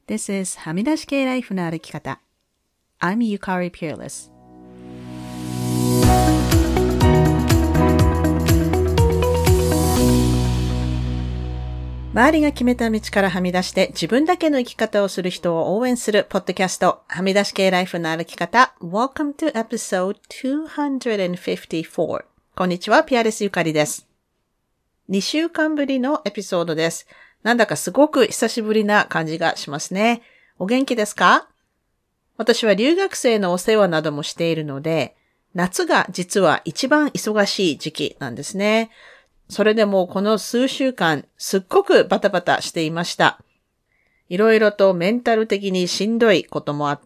This is はみ出し系ライフの歩き方。I'm Yukari Peerless。周りが決めた道からはみ出して自分だけの生き方をする人を応援するポッドキャスト、はみ出し系ライフの歩き方。Welcome to episode 254。こんにちは、ピアレスゆかりです。2週間ぶりのエピソードです。なんだかすごく久しぶりな感じがしますね。お元気ですか？私は留学生のお世話などもしているので、夏が実は一番忙しい時期なんですね。それでもこの数週間すっごくバタバタしていました。いろいろとメンタル的にしんどいこともあって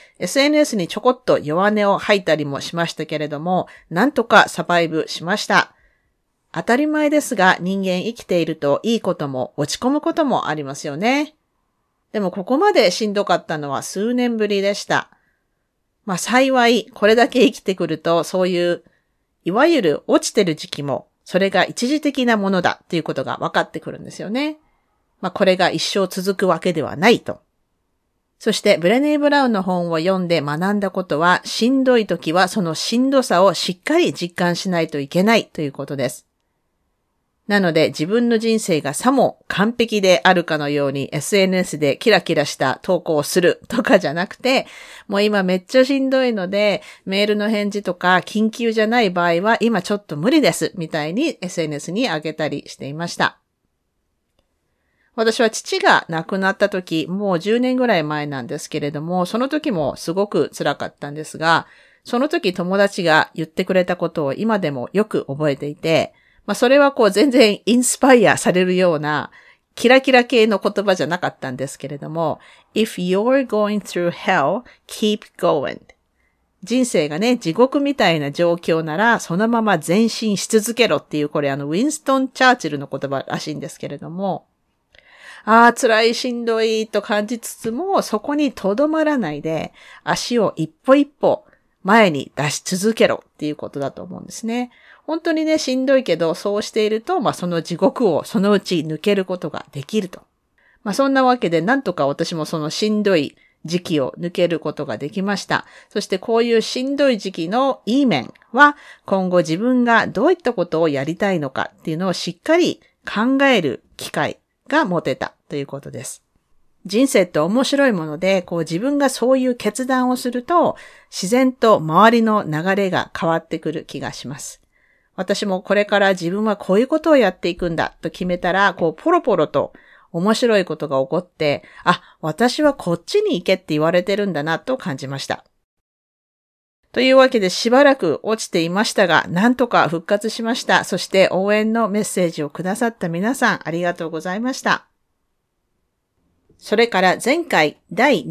、SNS にちょこっと弱音を吐いたりもしましたけれども、なんとかサバイブしました。当たり前ですが、人間生きているといいことも落ち込むこともありますよね。でもここまでしんどかったのは数年ぶりでした。幸いこれだけ生きてくると、そういういわゆる落ちてる時期もそれが一時的なものだっていうことが分かってくるんですよね。これが一生続くわけではないと。そしてブレネー・ブラウンの本を読んで学んだことは、しんどい時はそのしんどさをしっかり実感しないといけないということです。なので自分の人生がさも完璧であるかのように SNS でキラキラした投稿をするとかじゃなくて、もう今めっちゃしんどいのでメールの返事とか緊急じゃない場合は今ちょっと無理ですみたいに SNS に上げたりしていました。私は父が亡くなった時、もう10年ぐらい前なんですけれども、その時もすごく辛かったんですが、その時友達が言ってくれたことを今でもよく覚えていて、それは全然インスパイアされるようなキラキラ系の言葉じゃなかったんですけれども、If you're going through hell, keep going. 人生がね、地獄みたいな状況ならそのまま前進し続けろっていう、これウィンストン・チャーチルの言葉らしいんですけれども、辛いしんどいと感じつつも、そこにとどまらないで足を一歩一歩前に出し続けろっていうことだと思うんですね。本当にね、しんどいけど、そうしていると、その地獄をそのうち抜けることができると。そんなわけで、なんとか私もそのしんどい時期を抜けることができました。そしてこういうしんどい時期のいい面は、今後自分がどういったことをやりたいのかっていうのをしっかり考える機会が持てたということです。人生って面白いもので、自分がそういう決断をすると、自然と周りの流れが変わってくる気がします。私もこれから自分はこういうことをやっていくんだと決めたら、ポロポロと面白いことが起こって、私はこっちに行けって言われてるんだなと感じました。というわけでしばらく落ちていましたが、なんとか復活しました。そして応援のメッセージをくださった皆さん、ありがとうございました。それから前回第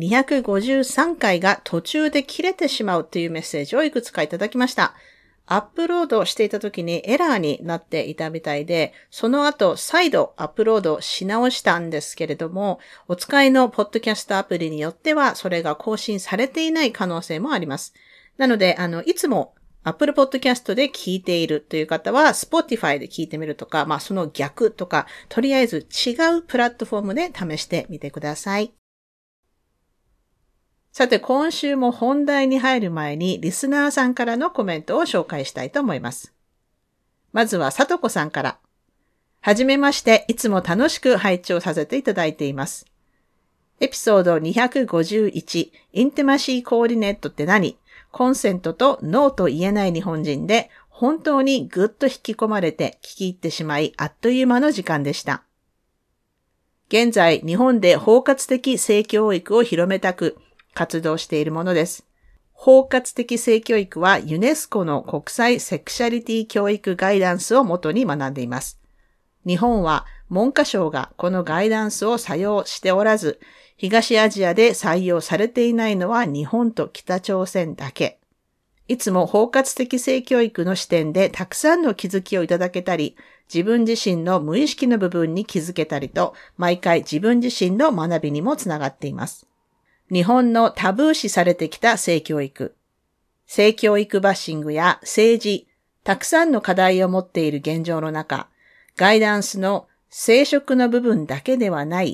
253回が途中で切れてしまうというメッセージをいくつかいただきました。アップロードしていた時にエラーになっていたみたいで、その後再度アップロードし直したんですけれども、お使いのポッドキャストアプリによってはそれが更新されていない可能性もあります。なので、いつもApple Podcast で聞いているという方は Spotify で聞いてみるとか、その逆とか、とりあえず違うプラットフォームで試してみてください。さて、今週も本題に入る前にリスナーさんからのコメントを紹介したいと思います。まずはさとこさんから。はじめまして、いつも楽しく拝聴させていただいています。エピソード251、インティマシーコーディネートって何？コンセントとノーと言えない日本人で、本当にぐっと引き込まれて聞き入ってしまい、あっという間の時間でした。現在、日本で包括的性教育を広めたく、活動しているものです。包括的性教育はユネスコの国際セクシャリティ教育ガイダンスをもとに学んでいます。日本は文科省がこのガイダンスを採用しておらず、東アジアで採用されていないのは日本と北朝鮮だけ。いつも包括的性教育の視点でたくさんの気づきをいただけたり、自分自身の無意識の部分に気づけたりと、毎回自分自身の学びにもつながっています。日本のタブー視されてきた性教育。性教育バッシングや政治、たくさんの課題を持っている現状の中、ガイダンスの生殖の部分だけではない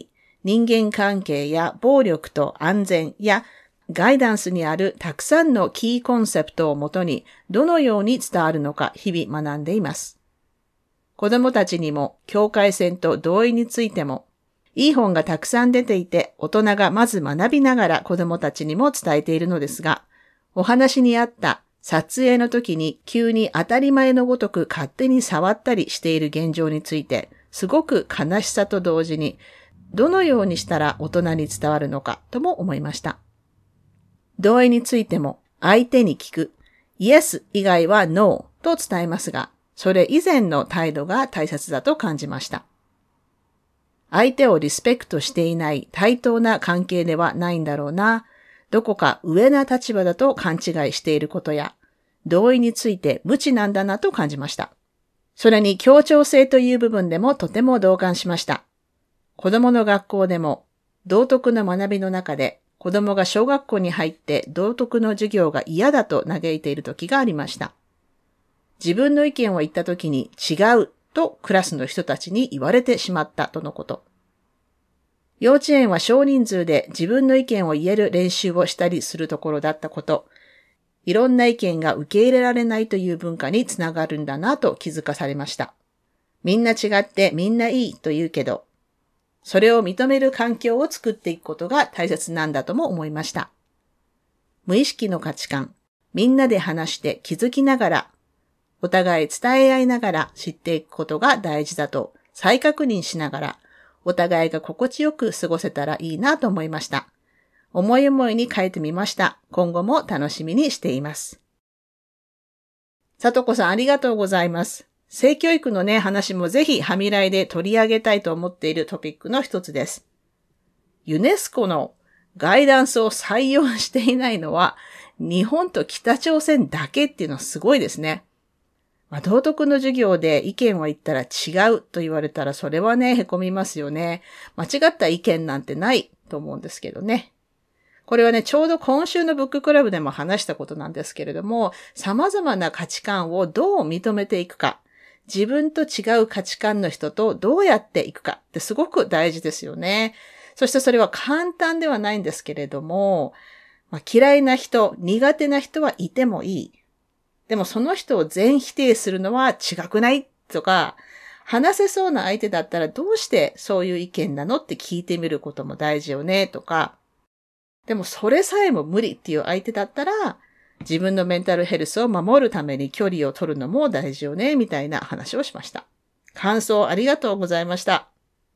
人間関係や暴力と安全やガイダンスにあるたくさんのキーコンセプトをもとにどのように伝わるのか日々学んでいます。子供たちにも境界線と同意についてもいい本がたくさん出ていて大人がまず学びながら子供たちにも伝えているのですが、お話にあった撮影の時に急に当たり前のごとく勝手に触ったりしている現状についてすごく悲しさと同時にどのようにしたら大人に伝わるのかとも思いました。同意についても相手に聞く、イエス以外はノーと伝えますが、それ以前の態度が大切だと感じました。相手をリスペクトしていない対等な関係ではないんだろうな、どこか上な立場だと勘違いしていることや、同意について無知なんだなと感じました。それに協調性という部分でもとても同感しました。子供の学校でも道徳の学びの中で子供が小学校に入って道徳の授業が嫌だと嘆いている時がありました。自分の意見を言った時に違うとクラスの人たちに言われてしまったとのこと。幼稚園は少人数で自分の意見を言える練習をしたりするところだったこと。いろんな意見が受け入れられないという文化につながるんだなと気づかされました。みんな違ってみんないいと言うけど、それを認める環境を作っていくことが大切なんだとも思いました。無意識の価値観、みんなで話して気づきながら、お互い伝え合いながら知っていくことが大事だと再確認しながら、お互いが心地よく過ごせたらいいなと思いました。思い思いに変えてみました。今後も楽しみにしています。さとこさんありがとうございます。性教育の話もぜひはみらいで取り上げたいと思っているトピックの一つです。ユネスコのガイダンスを採用していないのは日本と北朝鮮だけっていうのはすごいですね。道徳の授業で意見を言ったら違うと言われたらそれはへこみますよね。間違った意見なんてないと思うんですけどね。これはちょうど今週のブッククラブでも話したことなんですけれども、様々な価値観をどう認めていくか、自分と違う価値観の人とどうやっていくかってすごく大事ですよね。そしてそれは簡単ではないんですけれども、嫌いな人、苦手な人はいてもいい。でもその人を全否定するのは違くないとか、話せそうな相手だったらどうしてそういう意見なのって聞いてみることも大事よねとか、でもそれさえも無理っていう相手だったら、自分のメンタルヘルスを守るために距離を取るのも大事よねみたいな話をしました。感想ありがとうございました。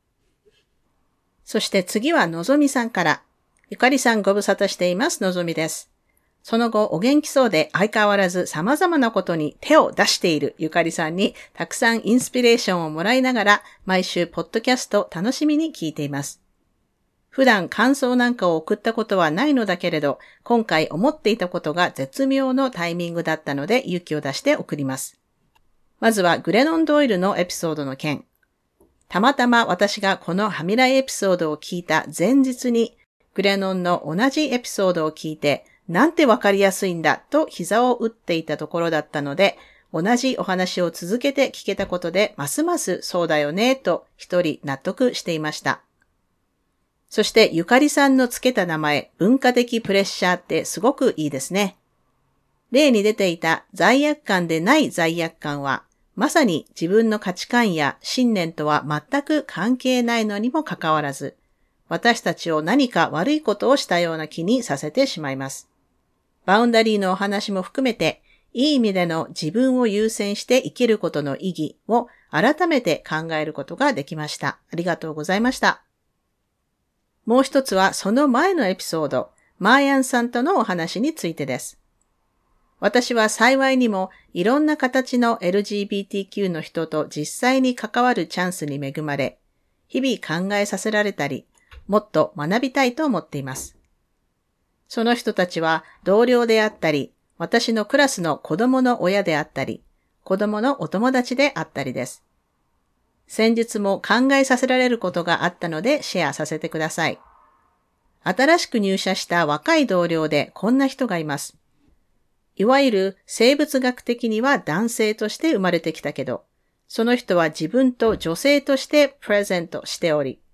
そして次はのぞみさんから。ゆかりさんご無沙汰しています。のぞみです。その後お元気そうで相変わらず様々なことに手を出しているゆかりさんにたくさんインスピレーションをもらいながら毎週ポッドキャスト楽しみに聞いています。普段感想なんかを送ったことはないのだけれど、今回思っていたことが絶妙のタイミングだったので勇気を出して送ります。まずはグレノン・ドイルのエピソードの件。たまたま私がこのはみらいエピソードを聞いた前日に、グレノンの同じエピソードを聞いて、なんてわかりやすいんだと膝を打っていたところだったので、同じお話を続けて聞けたことで、ますますそうだよねと一人納得していました。そしてゆかりさんのつけた名前、文化的プレッシャーってすごくいいですね。例に出ていた罪悪感でない罪悪感は、まさに自分の価値観や信念とは全く関係ないのにもかかわらず、私たちを何か悪いことをしたような気にさせてしまいます。バウンダリーのお話も含めて、いい意味での自分を優先して生きることの意義を改めて考えることができました。ありがとうございました。もう一つはその前のエピソード、マーヤンさんとのお話についてです。私は幸いにもいろんな形の LGBTQ の人と実際に関わるチャンスに恵まれ、日々考えさせられたり、もっと学びたいと思っています。その人たちは同僚であったり、私のクラスの子供の親であったり、子供のお友達であったりです。先日も考えさせられることがあったのでシェアさせてください。新しく入社した若い同僚でこんな人がいます。いわゆる生物学的には男性として生まれてきたけど、その人は自分と女性としてプレゼントしており、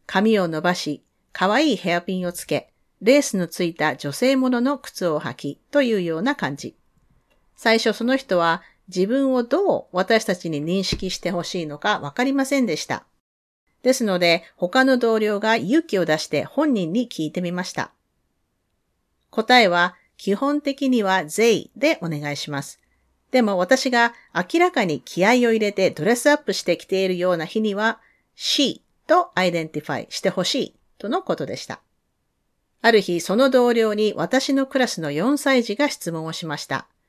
髪を伸ばし、可愛いヘアピンをつけ、レースのついた女性ものの靴を履きというような感じ。最初その人は自分をどう私たちに認識してほしいのかわかりませんでした。ですので他の同僚が勇気を出して本人に聞いてみました。答えは基本的には they でお願いします。でも私が明らかに気合を入れてドレスアップしてきているような日には she とアイデンティファイしてほしいとのことでした。ある日その同僚に私のクラスの4歳児が質問をしました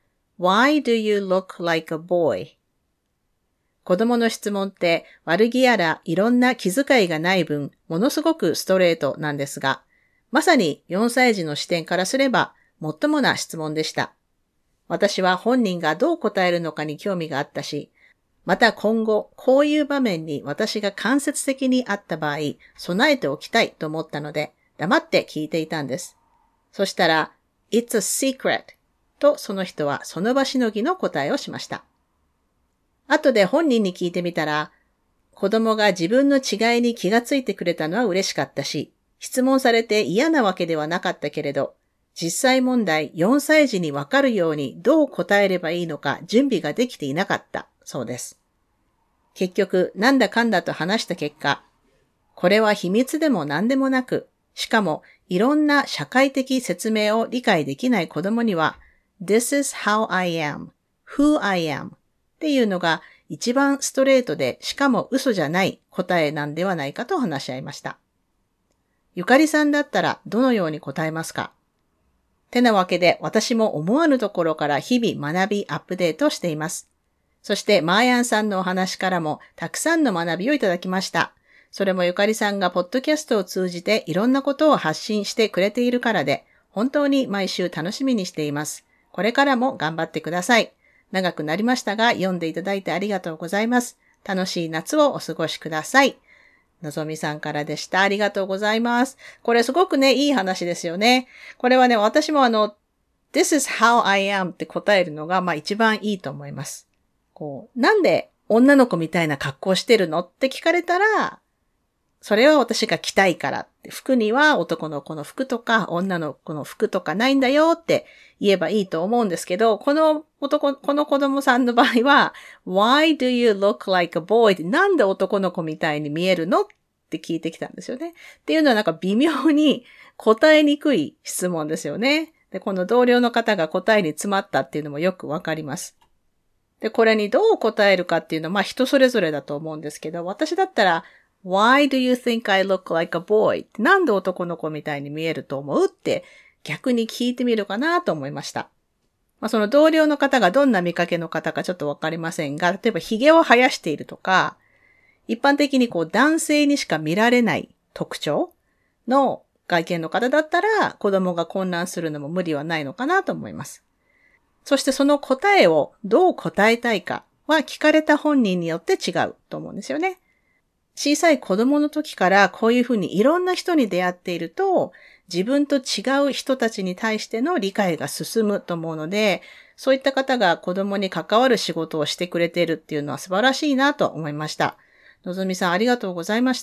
。Why do you look like a boy? 子供の質問って悪気やらいろんな気遣いがない分ものすごくストレートなんですが、まさに4歳児の視点からすればもっともな質問でした。私は本人がどう答えるのかに興味があったし、また今後こういう場面に私が間接的にあった場合、備えておきたいと思ったので黙って聞いていたんです。そしたら、It's a secret とその人はその場しのぎの答えをしました。後で本人に聞いてみたら、子供が自分の違いに気がついてくれたのは嬉しかったし、質問されて嫌なわけではなかったけれど、実際問題4歳児にわかるようにどう答えればいいのか準備ができていなかったそうです。結局なんだかんだと話した結果、これは秘密でも何でもなく、しかもいろんな社会的説明を理解できない子供には、This is how I am, who I am っていうのが一番ストレートでしかも嘘じゃない答えなんではないかと話し合いました。ゆかりさんだったらどのように答えますか？てなわけで私も思わぬところから日々学びアップデートしています。そしてマーヤンさんのお話からもたくさんの学びをいただきました。それもゆかりさんがポッドキャストを通じていろんなことを発信してくれているからで、本当に毎週楽しみにしています。これからも頑張ってください。長くなりましたが読んでいただいてありがとうございます。楽しい夏をお過ごしください。のぞみさんからでした。ありがとうございます。これすごくね、いい話ですよね。これはね、私もThis is how I am って答えるのが、一番いいと思います。なんで女の子みたいな格好してるのって聞かれたら、それは私が着たいからって、服には男の子の服とか女の子の服とかないんだよって言えばいいと思うんですけど、この子供さんの場合は、Why do you look like a boy? ってなんで男の子みたいに見えるのって聞いてきたんですよね。っていうのはなんか微妙に答えにくい質問ですよね。で、この同僚の方が答えに詰まったっていうのもよくわかります。で、これにどう答えるかっていうのは人それぞれだと思うんですけど、私だったら、Why do you think I look like a boy? なんで男の子みたいに見えると思うって逆に聞いてみるかなと思いました。その同僚の方がどんな見かけの方かちょっとわかりませんが、例えば髭を生やしているとか、一般的に男性にしか見られない特徴の外見の方だったら子供が混乱するのも無理はないのかなと思います。そしてその答えをどう答えたいかは聞かれた本人によって違うと思うんですよね。小さい子供の時からこういうふうにいろんな人に出会っていると、自分と違う人たちに対しての理解が進むと思うので、そういった方が子供に関わる仕事をしてくれているっていうのは素晴らしいなと思いました。のぞみさんありがとうございました。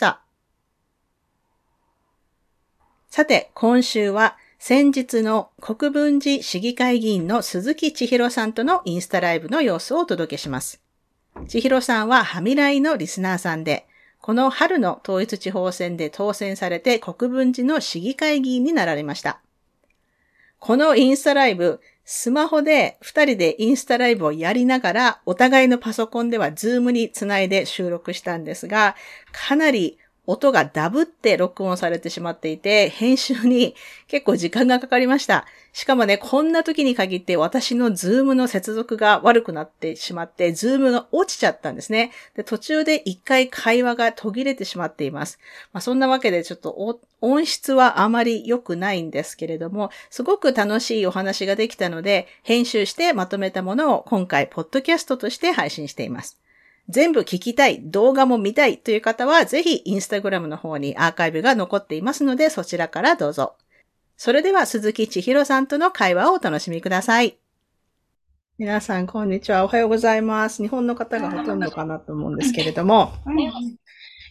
さて、今週は先日の国分寺市議会議員の鈴木千尋さんとのインスタライブの様子をお届けします。千尋さんはハミライのリスナーさんで、この春の統一地方選で当選されて国分寺の市議会議員になられました。このインスタライブ、スマホで2人でインスタライブをやりながら、お互いのパソコンではズームにつないで収録したんですが、かなり音がダブって録音されてしまっていて、編集に結構時間がかかりました。しかもね、こんな時に限って私のズームの接続が悪くなってしまって、ズームが落ちちゃったんですね。で、途中で一回会話が途切れてしまっています。そんなわけでちょっと音質はあまり良くないんですけれども、すごく楽しいお話ができたので、編集してまとめたものを今回、ポッドキャストとして配信しています。全部聞きたい、動画も見たいという方は、ぜひインスタグラムの方にアーカイブが残っていますので、そちらからどうぞ。それでは、鈴木千尋さんとの会話をお楽しみください。皆さん、こんにちは。おはようございます。日本の方がほとんどかなと思うんですけれども、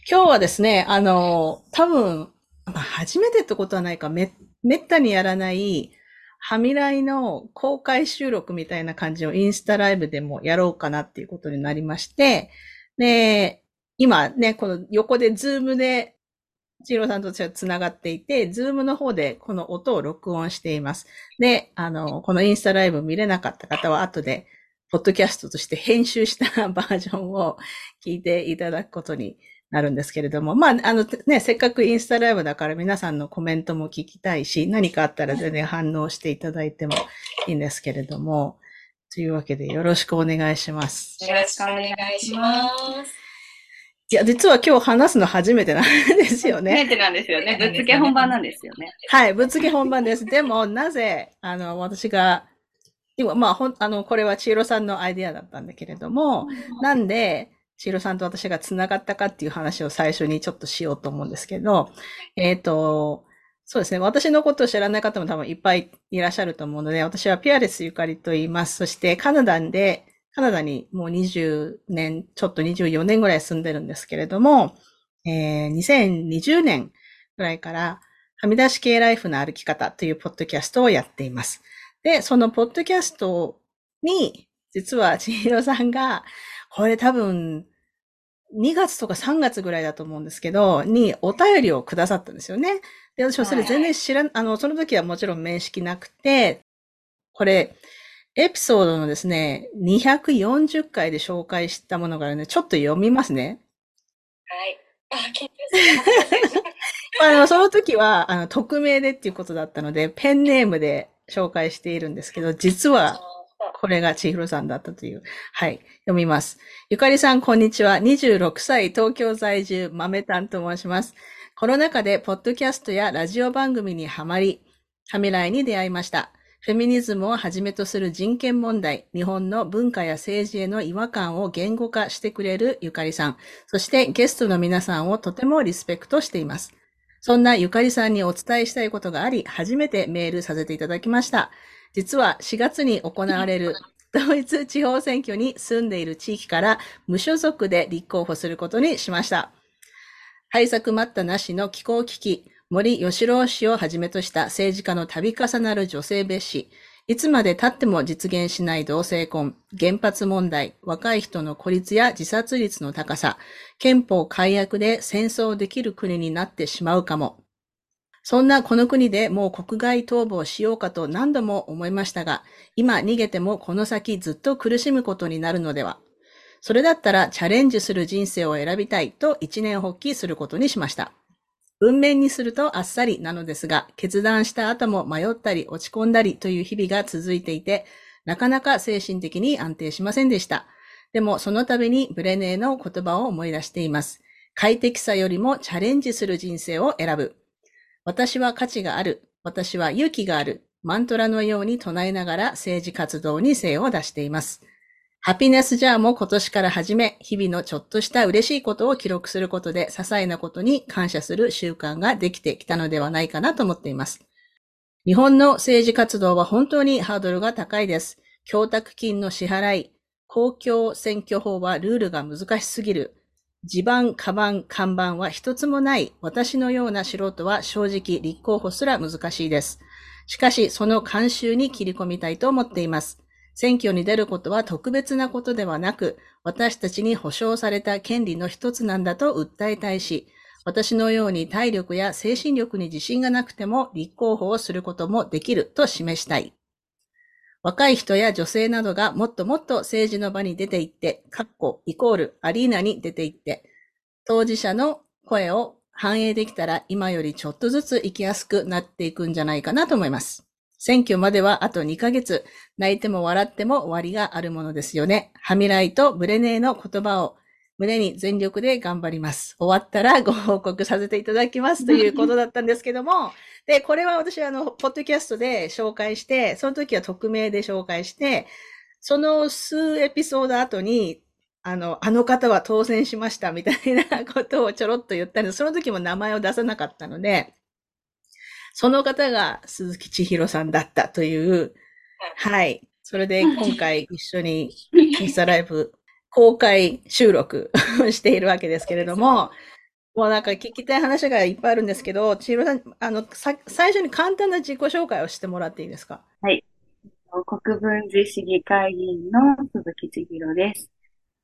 今日はですね、多分、まあ、初めてってことはないか、めったにやらない、はみらいの公開収録みたいな感じをインスタライブでもやろうかなっていうことになりまして、で、今ね、この横でズームで、チーローさんと私はつながっていて、ズームの方でこの音を録音しています。で、このインスタライブ見れなかった方は後で、ポッドキャストとして編集したバージョンを聞いていただくことになるんですけれども、まあ、ね、せっかくインスタライブだから皆さんのコメントも聞きたいし、何かあったら全然反応していただいてもいいんですけれども、というわけでよろしくお願いします。 よろしくお願いします。 いや、実は今日話すの初めてなんですよね。 初めてなんですよね。ぶっつけ本番なんですよね。 はい、ぶっつけ本番です。でも、なぜ、私が、今、まあ、これは千尋さんのアイディアだったんだけれども、なんで、千尋さんと私が繋がったかっていう話を最初にちょっとしようと思うんですけど、そうですね。私のことを知らない方も多分いっぱいいらっしゃると思うので、私はピアレスゆかりと言います。そしてカナダにもう20年、ちょっと24年ぐらい住んでるんですけれども、2020年ぐらいから、はみ出し系ライフの歩き方というポッドキャストをやっています。で、そのポッドキャストに、実は千尋さんが、これ多分、2月とか3月ぐらいだと思うんですけど、にお便りをくださったんですよね。で、私はそれ全然知らん、その時はもちろん面識なくて、これ、エピソードのですね、240回で紹介したものがあるので、ちょっと読みますね。 はい。緊張する。 その時は、匿名でっていうことだったので、ペンネームで紹介しているんですけど、実は、これが千尋さんだったという。はい。読みます。ゆかりさん、こんにちは。26歳、東京在住、豆たんと申します。コロナ禍で、ポッドキャストやラジオ番組にはまり、はめらいに出会いました。フェミニズムをはじめとする人権問題、日本の文化や政治への違和感を言語化してくれるゆかりさん、そしてゲストの皆さんをとてもリスペクトしています。そんなゆかりさんにお伝えしたいことがあり、初めてメールさせていただきました。実は4月に行われる統一地方選挙に住んでいる地域から無所属で立候補することにしました。対策待ったなしの気候危機、森喜朗氏をはじめとした政治家の度重なる女性蔑視、いつまで経っても実現しない同性婚、原発問題、若い人の孤立や自殺率の高さ、憲法改悪で戦争できる国になってしまうかも。そんなこの国でもう国外逃亡しようかと何度も思いましたが、今逃げてもこの先ずっと苦しむことになるのでは。それだったらチャレンジする人生を選びたいと一年発起することにしました。文面にするとあっさりなのですが、決断した後も迷ったり落ち込んだりという日々が続いていて、なかなか精神的に安定しませんでした。でもその度にブレネーの言葉を思い出しています。快適さよりもチャレンジする人生を選ぶ。私は価値がある。私は勇気がある。マントラのように唱えながら政治活動に精を出しています。ハピネスジャーも今年から始め、日々のちょっとした嬉しいことを記録することで、些細なことに感謝する習慣ができてきたのではないかなと思っています。日本の政治活動は本当にハードルが高いです。供託金の支払い、公共選挙法はルールが難しすぎる。地盤、カバン、看板は一つもない私のような素人は正直立候補すら難しいです。しかし、その慣習に切り込みたいと思っています。選挙に出ることは特別なことではなく、私たちに保障された権利の一つなんだと訴えたいし、私のように体力や精神力に自信がなくても立候補をすることもできると示したい。若い人や女性などがもっともっと政治の場に出て行って、イコールアリーナに出て行って、当事者の声を反映できたら今よりちょっとずつ生きやすくなっていくんじゃないかなと思います。選挙まではあと2ヶ月、泣いても笑っても終わりがあるものですよね。ハミライとブレネーの言葉を胸に全力で頑張ります。終わったらご報告させていただきますということだったんですけども、で、これは私はポッドキャストで紹介して、その時は匿名で紹介して、その数エピソード後に、あの方は当選しましたみたいなことをちょろっと言ったんです。その時も名前を出さなかったので、その方が鈴木千尋さんだったという、はい。それで今回一緒にインスタライブ公開収録をしているわけですけれども、 もうなんか聞きたい話がいっぱいあるんですけど、千尋さん、最初に簡単な自己紹介をしてもらっていいですか？ はい。国分寺市議会議員の鈴木千尋です。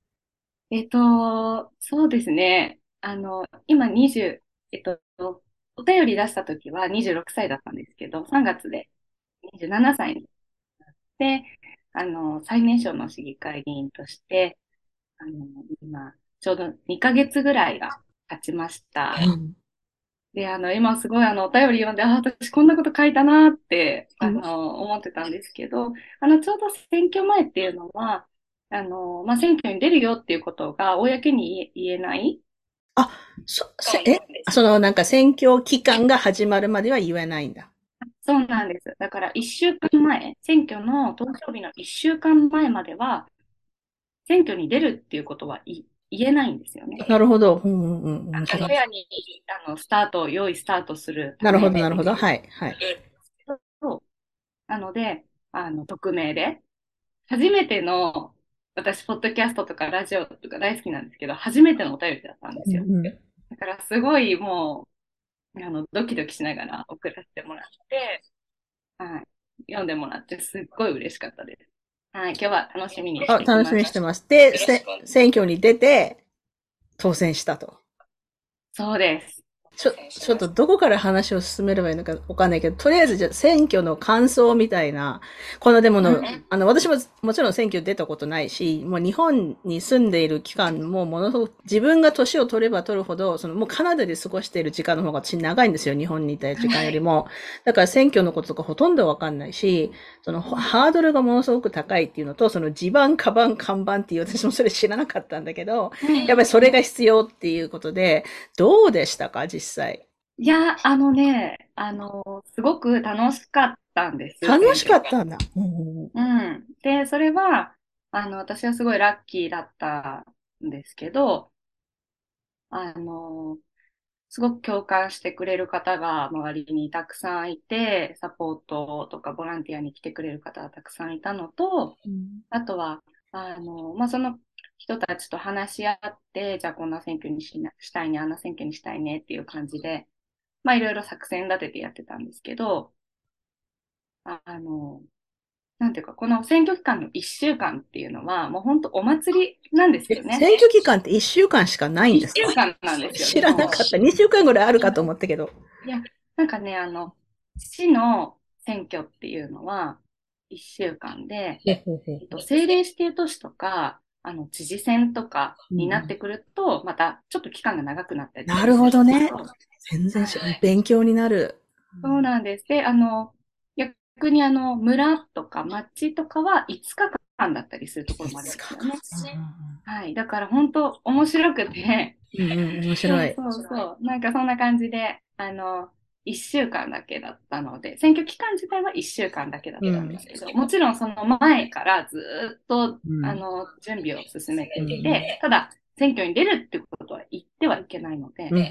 そうですね。今20、お便り出した時は26歳だったんですけど、3月で27歳になって、最年少の市議会議員として、今、ちょうど2ヶ月ぐらいが経ちました。 うん。 で、今すごいお便り読んで、私こんなこと書いたなって、 うん。 思ってたんですけど、ちょうど選挙前っていうのは、選挙に出るよっていうことが公に言えない。 あ、 そうなんです。 なんか選挙期間が始まるまでは言えないんだ。 そうなんです。だから1週間前、選挙の投票日の1週間前までは、選挙に出るっていうことは言えないんですよね。 なるほど。うんうんうん。面白い。 フェアに、良いスタートするたなるほど、 めなるほど。はい、はい。 と、なので、匿名で、初めての、私、ポッドキャストとかラジオとか大好きなんですけど、初めてのお便りだったんですよ。 うんうん。 だからすごいもう、ドキドキしながら送らせてもらって、はい、読んでもらってすっごい嬉しかったです。はい、今日は楽しみにしあ、 てき楽しみました。 にしてます。で、選挙に出て当選したと。 そうです。 ちょっとどこから話を進めればいいのかわかんないけど、とりあえずじゃあ選挙の感想みたいな、このでもの、 うん、 私ももちろん選挙出たことないし、もう日本に住んでいる期間もものすごく自分が年を取れば取るほど、もうカナダで過ごしている時間の方が私長いんですよ、日本にいた時間よりも。だから選挙のこととかほとんどわかんないし、ハードルがものすごく高いっていうのと、地盤、カバン、看板っていう私もそれ知らなかったんだけど、 うん。 やっぱりそれが必要っていうことで、どうでしたか、実際。 いや、すごく楽しかったんです、 楽し選挙が。 かったんだ。うんうん。 うん。で、それは、私はすごいラッキーだったんですけど、あの、すごく共感してくれる方が周りにたくさんいて、サポートとかボランティアに来てくれる方がたくさんいたのと、あとは、その人たちと話し合って、じゃあこんな選挙にしたいね、あんな選挙にしたいねっていう感じで、いろいろ作戦立ててやってたんですけど、あの、なんていうか、この選挙期間の1週間っていうのは、もう本当お祭りなんですよね。 選挙期間って1週間しかないんです 1 か？ 週間なんですよ、 知日本は。 らなかった。2週間ぐらいあるかと思ったけど。 いや、なんかね、市の選挙っていうのは1週間で、 ほうほうほう。 政令指定都市とか、知事選とかうんうん。 になってくると、またちょっと期間が長くなったりすなるるんですけほどね。 ど、 全然はい、 勉強になる。 そうなんです。で、逆に村とか町とかは5日間だったりするところもあるん 5 ですよね。 日間。 はい。だから本当面白くて、 うんうん、面白い。 そうそうそう。なんかそんな感じで、1週間だけだったので、選挙期間自体は1週間だけだったんうん。 ですけど、もちろんその前からずっと、 うん。 準備を進めてうんいて、ただ、選挙に出るってことは言ってはいけないので、 うん。うん。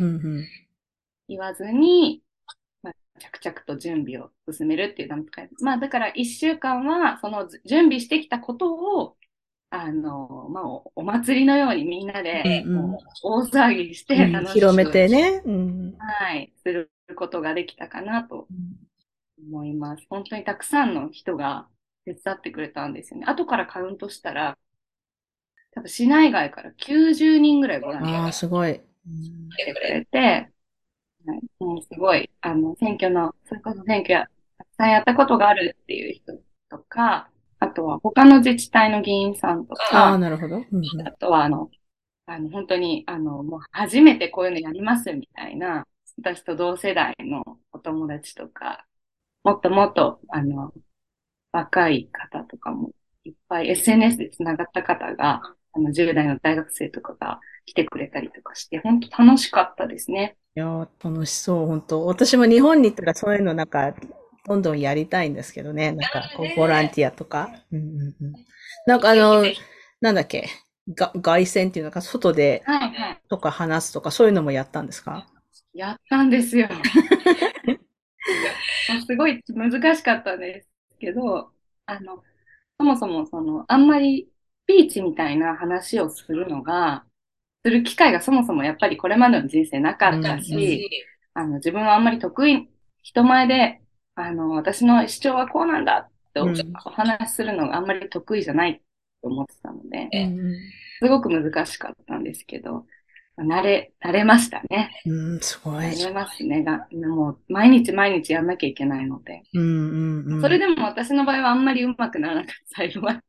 言わずに、着々と準備を進めるっていう段階。だから1週間は、その準備してきたことを、お祭りのようにみんなうんで、 うん。 もう、大騒ぎしてうん。広め楽しく、 てね。うん。 はい、することができたかなと思います。本当にたくさんの人が手伝ってくれたんですよね。後からカウントしたら、多分市内外から90人ぐらいボランティアああ、 がすごい。うん。 来てくれて、はい、もうすごい、それこそ選挙たくさんやったことがあるっていう人とか、あとは他の自治体の議員さんとああ、 か、 なるほど。うんうん。 あとは本当に、もう初めてこういうのやりますみたいな、私と同世代のお友達とか、もっともっと、若い方とかもいっぱい SNS でつながった方が、10代の大学生とかが来てくれたりとかして、本当楽しかったですね。 いやー、楽しそう、本当。私も日本に行ったらそういうのなんか、どんどんやりたいんですけどね。なんか、ボランティアとか。うんうんうん。なんかなんだっけ、凱旋っていうのか、外で、 はいはい。 とか話すとか、そういうのもやったんですか？ やったんですよ。すごい難しかったんですけど、そもそもあんまりスピーチみたいな話をするのが、 する機会がそもそもやっぱりこれまでの人生なかったし、自分はあんまり人前で、私の主張はこうなんだってお話しするのがあんまり得意じゃないと思ってたので、すごく難しかったんですけど、慣れましたね。 すごい。 慣れますね。もう毎日毎日やんなきゃいけないので。それでも私の場合はあんまりうまくならなかった、最後は。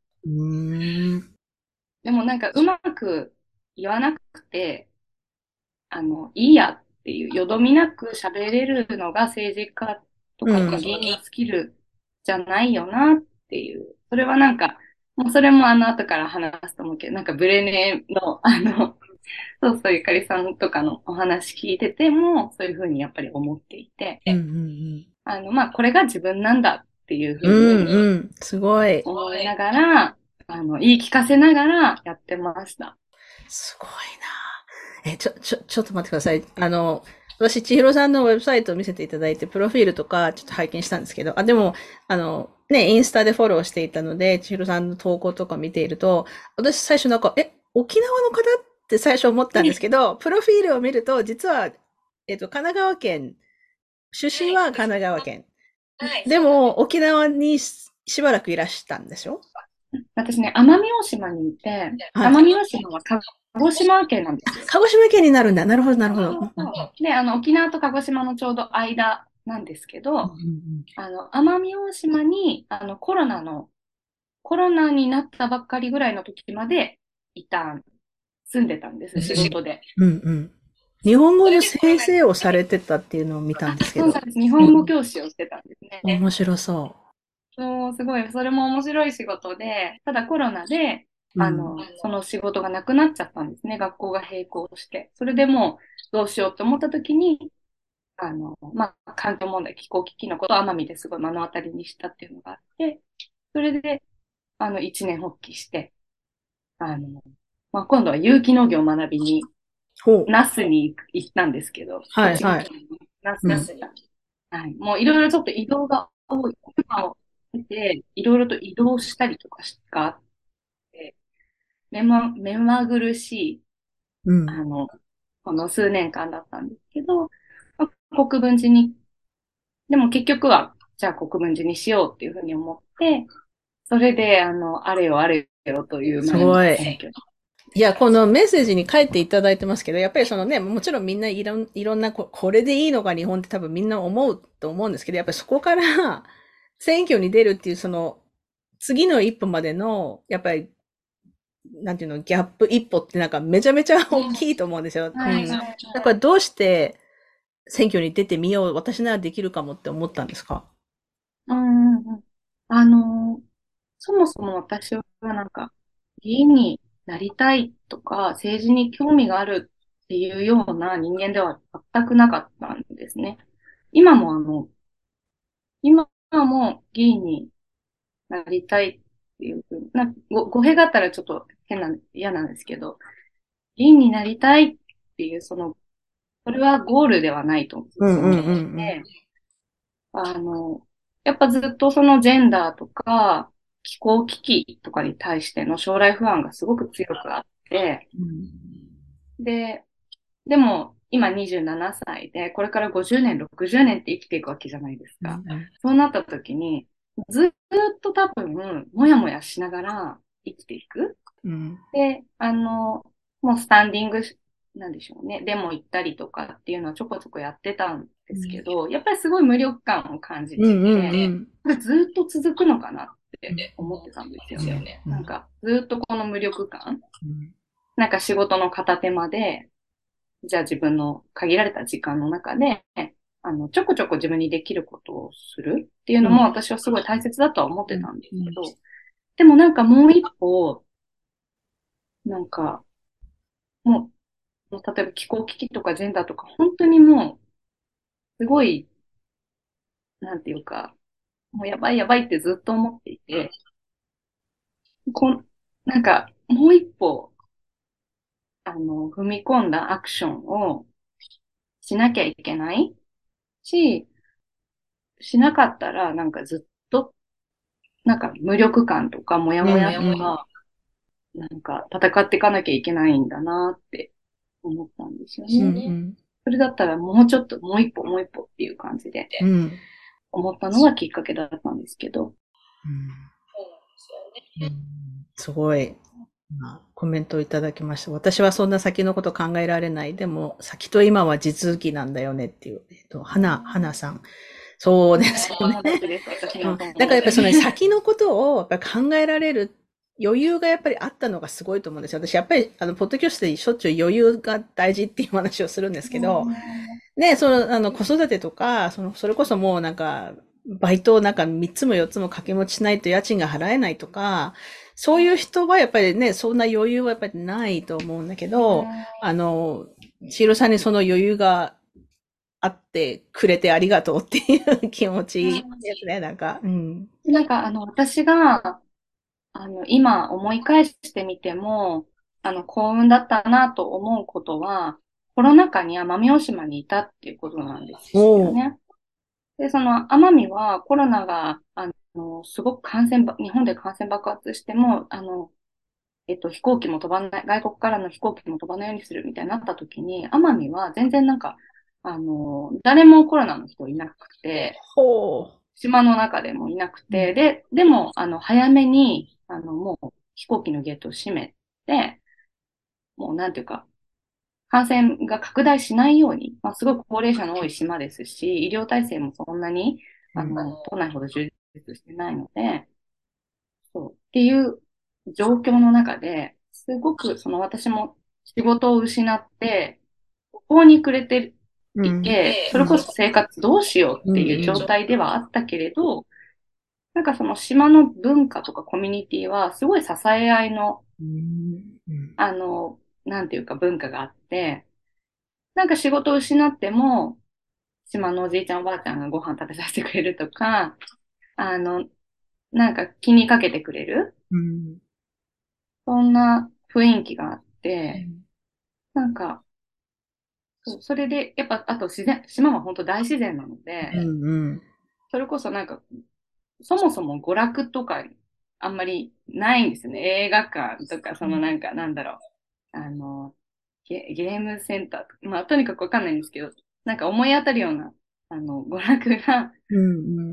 でもなんかうまく言わなくて、いいやっていう、よどみなく喋れるのが政治家とか議員のスキルじゃないよなっていう。それはなんか、もうそれも後から話すと思うけど、なんかブレネの、そうそうゆかりさんとかのお話聞いてても、そういうふうにやっぱり思っていて、まあ、これが自分なんだっていうふうに、 すごい。 思いながら、言い聞かせながらやってました。 すごいな。ちょっと待ってください。私、千尋さんのウェブサイトを見せていただいて、プロフィールとかちょっと拝見したんですけど、でも、インスタでフォローしていたので、千尋さんの投稿とか見ていると、私最初なんか、沖縄の方って最初思ったんですけど、プロフィールを見ると、実は、神奈川県、出身は神奈川県。でも、沖縄にしばらくいらしたんでしょ？ 私ね、奄美大島にいて、奄美大島は鹿児島県なんですよ。 鹿児島県になるんだ。なるほど、なるほど。 で、沖縄と鹿児島のちょうど間なんですけど、奄美大島に、コロナになったばっかりぐらいの時まで住んでたんです、仕事で。 日本語の先生をされてたっていうのを見たんですけど。 そうです。日本語教師をしてたんですね。 面白そう。 そう、すごい、それも面白い仕事で、ただコロナで、その仕事がなくなっちゃったんですね。学校が閉校して。それでもう、どうしようと思った時に、まあ、環境問題、気候危機のことを奄美ですごい目の当たりにしたっていうのがあって、それで、一年発起して、まあ、今度は有機農業を学びに、那須に行ったんですけど、 はい、はい。 那須にはい。もういろいろちょっと移動が多い。車を出て、いろいろと移動したりとかがあって、目まぐるしい、この数年間だったんですけど、国分寺に、でも結局は、じゃあ国分寺にしようっていうふうに思って、それで、あれよあれよというすごい。いや、このメッセージに書いていただいてますけど、やっぱりそのね、もちろんみんないろんな、これでいいのか日本って多分みんな思うと思うんですけど、やっぱりそこから選挙に出るっていうその次の一歩までの、やっぱり、なんていうの、ギャップ一歩ってなんかめちゃめちゃ大きいと思うんですよ。だからどうして選挙に出てみよう、私ならできるかもって思ったんですか？ そもそも私はなんか、議員になりたいとか、政治に興味があるっていうような人間では全くなかったんですね。今も議員になりたいっていうふうに、語弊があったらちょっと嫌なんですけど、議員になりたいっていう、それはゴールではないと思ってて、やっぱずっとそのジェンダーとか気候危機とかに対しての将来不安がすごく強くあって、でも今27歳で、これから50年、60年って生きていくわけじゃないですか。そうなった時に、ずっと多分、もやもやしながら生きていく。で、もうスタンディング、なんでしょうね。デモ行ったりとかっていうのはちょこちょこやってたんですけど、やっぱりすごい無力感を感じてて、ずっと続くのかなって思ってたんですよね。なんか、ずっとこの無力感。なんか仕事の片手間で、じゃあ自分の限られた時間の中で、ちょこちょこ自分にできることをするっていうのも私はすごい大切だとは思ってたんですけど、でもなんかもう一歩、なんか、もう例えば気候危機とかジェンダーとか、本当にもう、すごい、なんていうか、もうやばいやばいってずっと思っていて、なんか、もう一歩、踏み込んだアクションをしなきゃいけないし、しなかったら、なんかずっと、なんか無力感とか、もやもやとか、なんか戦っていかなきゃいけないんだなって思ったんですようんね。 うんそれだったらもうちょっと、もう一歩、もう一歩っていう感じでうん思ったのがきっかけだったんですけど。 そうなんですよね。 すごい、コメントをいただきました。私はそんな先のこと考えられない。でも、先と今は地続きなんだよねっていう。花さん。そうですよね。 友達です、私の友だからやっぱりその達。 先のことをやっぱり考えられる余裕がやっぱりあったのがすごいと思うんですよ。私やっぱりポッドキャストでしょっちゅう余裕が大事っていう話をするんですけど、ね、子育てとか、それこそもうなんか、バイトをなんか3つも4つも掛け持ちしないと家賃が払えないとか、そういう人はやっぱりね、そんな余裕はやっぱりないと思うんだけど、千尋さんにその余裕があってくれてありがとうっていう気持ちですね、なんか。うん。 なんか、私が、今思い返してみても、幸運だったなと思うことは、コロナ禍に奄美大島にいたっていうことなんですよおー。 ね。で、その奄美はコロナが、すごく日本で感染爆発しても、飛行機も飛ばない、外国からの飛行機も飛ばないようにするみたいになった時に、奄美は全然なんか、誰もコロナの人いなくて、 ほう。 島の中でもいなくて、でも、早めに、もう飛行機のゲートを閉めて、もうなんていうか、感染が拡大しないように、すごく高齢者の多い島ですし、医療体制もそんなに、都内ほど充実してないので、そう、っていう状況の中で、すごく、私も仕事を失って、途方に暮れてうん。 いて、それこそ生活どうしよううん。 っていう状態ではあったけれど、なんかその島の文化とかコミュニティはすごい支え合いの、 うん。うん。 なんていうか文化があって、なんか仕事を失っても、島のおじいちゃんおばあちゃんがご飯食べさせてくれるとか、あの、なんか気にかけてくれる、 うん。 そんな雰囲気があって、なんか、それで、やっぱ、あと島は本当大自然なので、 うん。うん。 それこそなんか、そもそも娯楽とかあんまりないんですよね。映画館とか、そのなんか、なんだろう。あの、ゲームセンターとか、とにかくわかんないんですけど、なんか思い当たるような、娯楽が、 うん。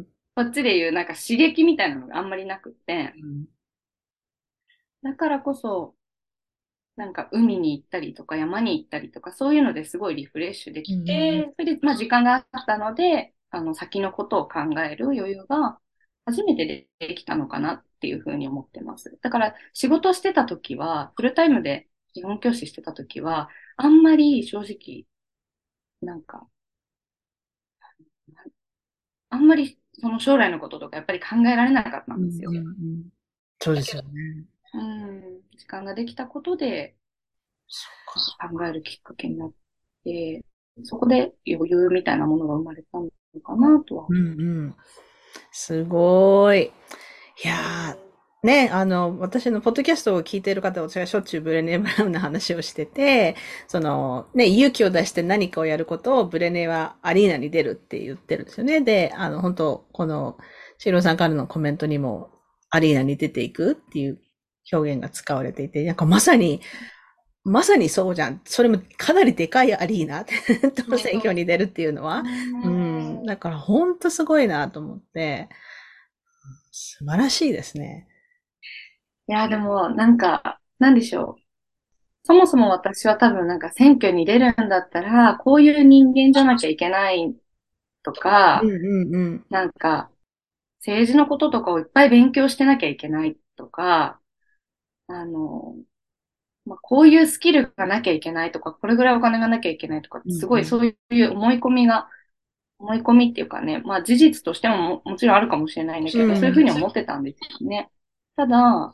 こっちで言うなんか刺激みたいなのがあんまりなくって、だからこそ、なんか海に行ったりとか山に行ったりとか、そういうのですごいリフレッシュできて、それで、時間があったので、先のことを考える余裕が初めてできたのかなっていうふうに思ってます。だから仕事してた時は、フルタイムで日本教師してた時は、あんまり正直、なんか、あんまりその将来のこととかやっぱり考えられなかったうん。 んですよ。 うん。そうですよね。 うん、時間ができたことで考えるきっかけになって、そこで余裕みたいなものが生まれたのかなとは。 うん。すごい。いやー、ね、私のポッドキャストを聞いている方は、私がしょっちゅうブレネー・ブラウンの話をしてて、勇気を出して何かをやることをブレネはアリーナに出るって言ってるんですよね。で、本当この、シロさんからのコメントにも、アリーナに出ていくっていう表現が使われていて、なんかまさにそうじゃん。それもかなりでかいアリーナ、当選挙に出るっていうのは。うん。だから本当すごいなと思って、素晴らしいですね。 いや、でも、なんか、なんでしょう。そもそも私は多分なんか選挙に出るんだったら、こういう人間じゃなきゃいけないとか、 うんうんうん。 なんか、政治のこととかをいっぱい勉強してなきゃいけないとか、あの、こういうスキルがなきゃいけないとか、これぐらいお金がなきゃいけないとか、すごいそういう思い込みっていうかね、事実としてもちろんあるかもしれないんだけど、そういうふうに思ってたんですよね。ただ、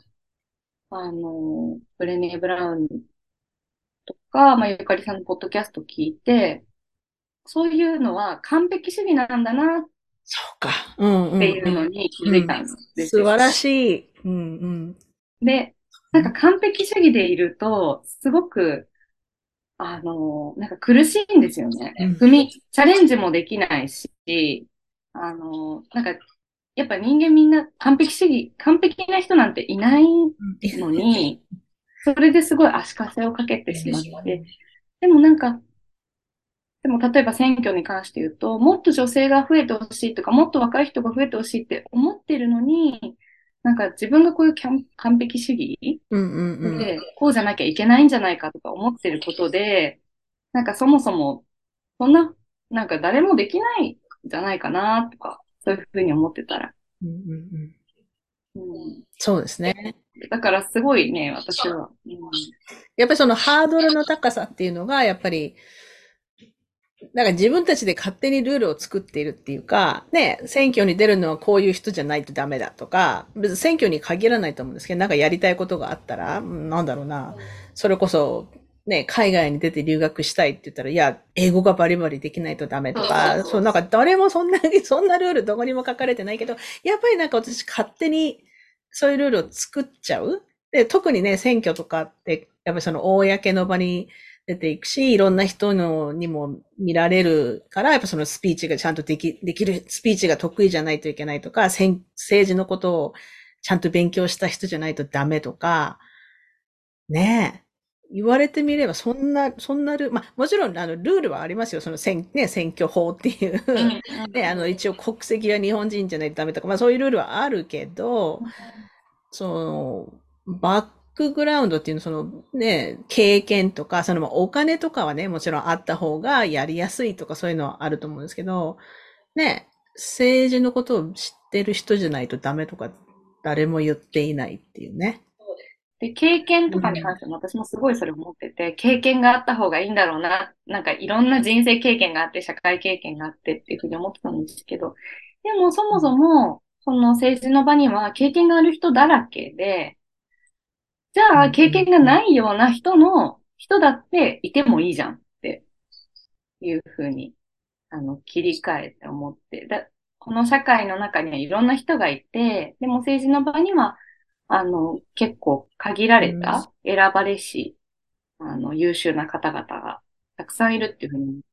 ブレネー・ブラウンとか、ゆかりさんのポッドキャスト聞いて、そういうのは完璧主義なんだなっそうか。うんうてんいうのに気うん。 づいたんですよ。 素晴らしい。うんうん。 で、なんか完璧主義でいると、すごく、なんか苦しいんですよね。 うんチャレンジもできないし、なんか、やっぱ人間みんな完璧な人なんていないのに、それですごい足かせをかけてしまって、 でもなんか、でも例えば選挙に関して言うと、もっと女性が増えてほしいとか、もっと若い人が増えてほしいって思ってるのに、なんか自分がこういう完璧主義うんうんうん。 で、こうじゃなきゃいけないんじゃないかとか思ってることで、なんかそもそも、そんな、なんか誰もできないんじゃないかなとか、そういうふうに思ってたら。 うんうんうん。 うん、 そうですね。 だからすごいね、私は。 やっぱりそのハードルの高さっていうのが、やっぱり、なんか自分たちで勝手にルールを作っているっていうか、ね、選挙に出るのはこういう人じゃないとダメだとか、別に選挙に限らないと思うんですけど、なんかやりたいことがあったら、なんだろうな、それこそ、ね、海外に出て留学したいって言ったら、いや、英語がバリバリできないとダメとか、そう、なんか誰もそんな、そんなルールどこにも書かれてないけど、やっぱりなんか私勝手にそういうルールを作っちゃう。で、特にね、選挙とかって、やっぱりその公の場に出ていくし、いろんな人のにも見られるから、やっぱそのスピーチがちゃんとできる、スピーチが得意じゃないといけないとか、政治のことをちゃんと勉強した人じゃないとダメとか、ねえ。言われてみれば、そんなまあ、もちろん、ルールはありますよ。その選挙法っていう。 うん、 ね、一応国籍は日本人じゃないとダメとか、まあそういうルールはあるけど、そバックグラウンドっていうの、そのね、経験とか、そのまあお金とかはね、もちろんあった方がやりやすいとかそういうのはあると思うんですけど、ね、政治のことを知ってる人じゃないとダメとか、誰も言っていないっていうね。 で、経験とかにうん。 関しても私もすごいそれ思ってて、経験があった方がいいんだろうな。なんかいろんな人生経験があって、社会経験があってっていうふうに思ってたんですけど、でもそもそも、その政治の場には経験がある人だらけで、じゃあ経験がないような人だっていてもいいじゃんっていうふうに、切り替えて思って、この社会の中にはいろんな人がいて、でも政治の場には、結構限らうん。 れた選ばれし、優秀な方々がたくさんいるっていうふうに思って、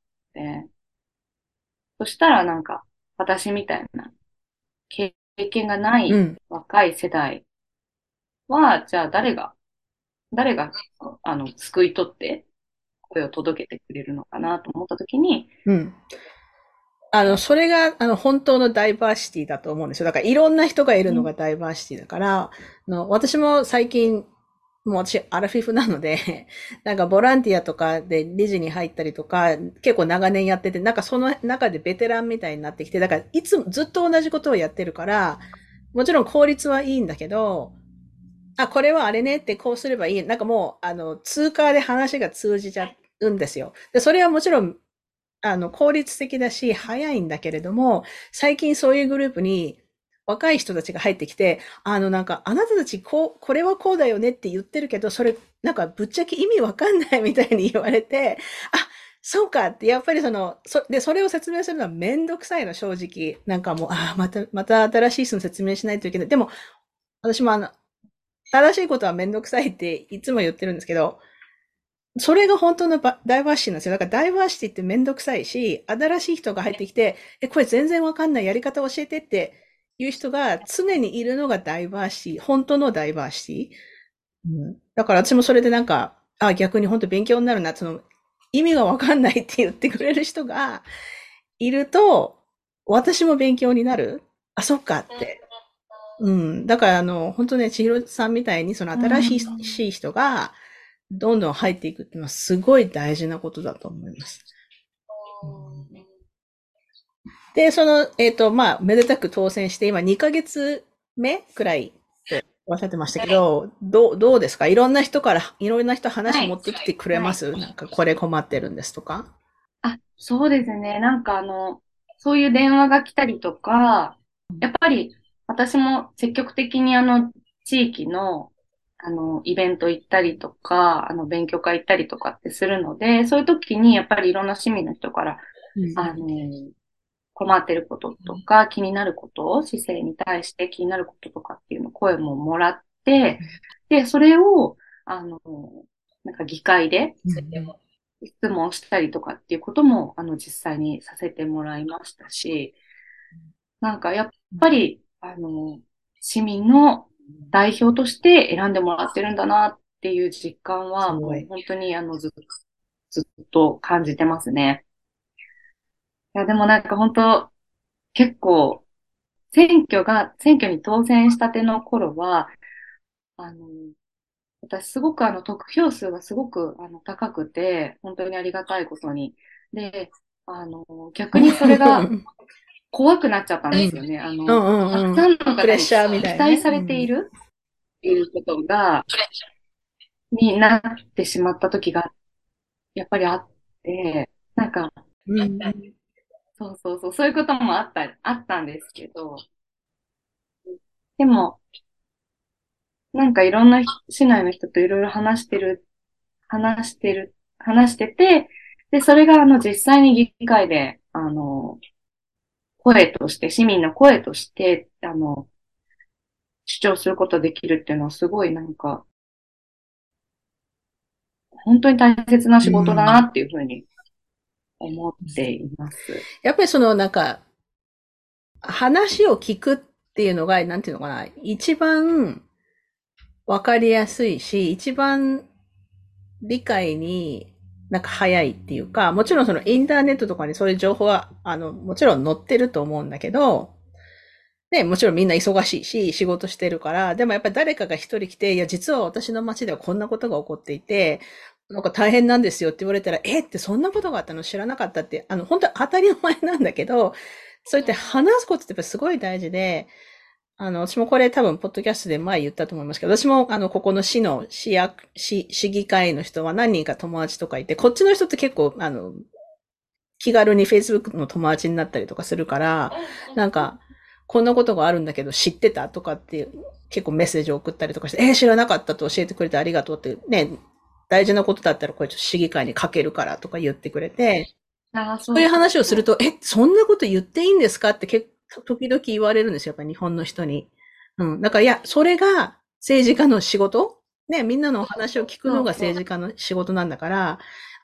そしたらなんか、私みたいな経験がないうん。 若い世代は、じゃあ誰が、救い取って声を届けてくれるのかなと思ったときに、 うん。それが、本当のダイバーシティだと思うんですよ。だから、いろんな人がいるうん、 のがダイバーシティだから、私も最近、もう私、アラフィフなので、なんか、ボランティアとかで理事に入ったりとか、結構長年やってて、なんかその中でベテランみたいになってきて、だから、いつもずっと同じことをやってるから、もちろん効率はいいんだけど、あ、これはあれねってこうすればいい。なんかもう、通過で話が通じちゃうんですよ。で、それはもちろん効率的だし、早いんだけれども、最近そういうグループに若い人たちが入ってきて、なんか、あなたたちこれはこうだよねって言ってるけど、それ、なんか、ぶっちゃけ意味わかんないみたいに言われて、あ、そうかって、やっぱりそれを説明するのはめんどくさいの、正直。なんかもう、また新しい人の説明しないといけない。でも、私も正しいことはめんどくさいっていつも言ってるんですけど、それが本当のダイバーシティなんですよ。だからダイバーシティってめんどくさいし、新しい人が入ってきて、これ全然わかんないやり方教えてっていう人が常にいるのがダイバーシティ、本当のダイバーシティ。うん、だから私もそれでなんか、逆に本当勉強になるな、意味がわかんないって言ってくれる人がいると、私も勉強になる。あ、そっかっうん、 て。うん。だから本当ね、千尋さんみたいにそのう新ん、 しい人がどんどん入っていくっていうのはすごい大事なことだと思います。で、まあ、めでたく当選して今2ヶ月目くらいっておっしゃってましたけど、どうですか？いろんな人からいろんな人話持はい。 ってきてくれます？なんかこれ困ってるんですとか。 あ、そうですね。なんかそういう電話が来たりとか、やっぱり私も積極的に地域の、イベント行ったりとか、勉強会行ったりとかってするので、そういう時にやっぱりいろんな市民の人から、 うん。 あの、困ってることとか、気になること、市政に対して気になることとかっていうの声ももらって、で、それを、あの、なんか議会で、 うん。 質問したりとかっていうことも、実際にさせてもらいましたし、なんかやっぱり、市民の代表として選んでもらってるんだなっていう実感は、 すごい。 もう本当にずっとずっと感じてますね。いや、でもなんか本当、結構、選挙に当選したての頃は、あの、私すごく得票数がすごく高くて、本当にありがたいことに。で、逆にそれが怖くなっちゃったんですよね。たくさんのプレッ方にシャーみたいね。 期待されているっていうことが、になってしまった時がやっぱりあって、なんか、 うん。 そういうこともあったんですけど、でも、なんかいろんな市内の人といろいろ話してて、で、それが実際に議会で、声として、市民の声として、主張することができるっていうのはすごいなんか、本当に大切なう仕事だなん。 っていうふうに思っています。 やっぱりそのなんか、話を聞くっていうのが、なんていうのかな、一番わかりやすいし、一番理解になんか早いっていうか、もちろんそのインターネットとかにそういう情報は、もちろん載ってると思うんだけど、ね、もちろんみんな忙しいし、仕事してるから、でもやっぱり誰かが一人来て、いや、実は私の街ではこんなことが起こっていて、なんか大変なんですよって言われたら、えってそんなことがあったの知らなかったって、本当に当たり前なんだけど、そうやって話すことってやっぱすごい大事で、私もこれ多分、ポッドキャストで前言ったと思いますけど、私も、ここの市の市議会の人は何人か友達とかいて、こっちの人って結構、気軽に Facebook の友達になったりとかするから、なんか、こんなことがあるんだけど知ってたとかって結構メッセージを送ったりとかして、知らなかったと教えてくれてありがとうってね、大事なことだったらこれちょっと市議会にかけるからとか言ってくれて、 ああ、 そういう話をすると、そんなこと言っていいんですかって時々言われるんですよ、やっぱり日本の人に。うん。だから、いや、それが政治家の仕事ね、みんなのお話を聞くのが政治家の仕事なんだから、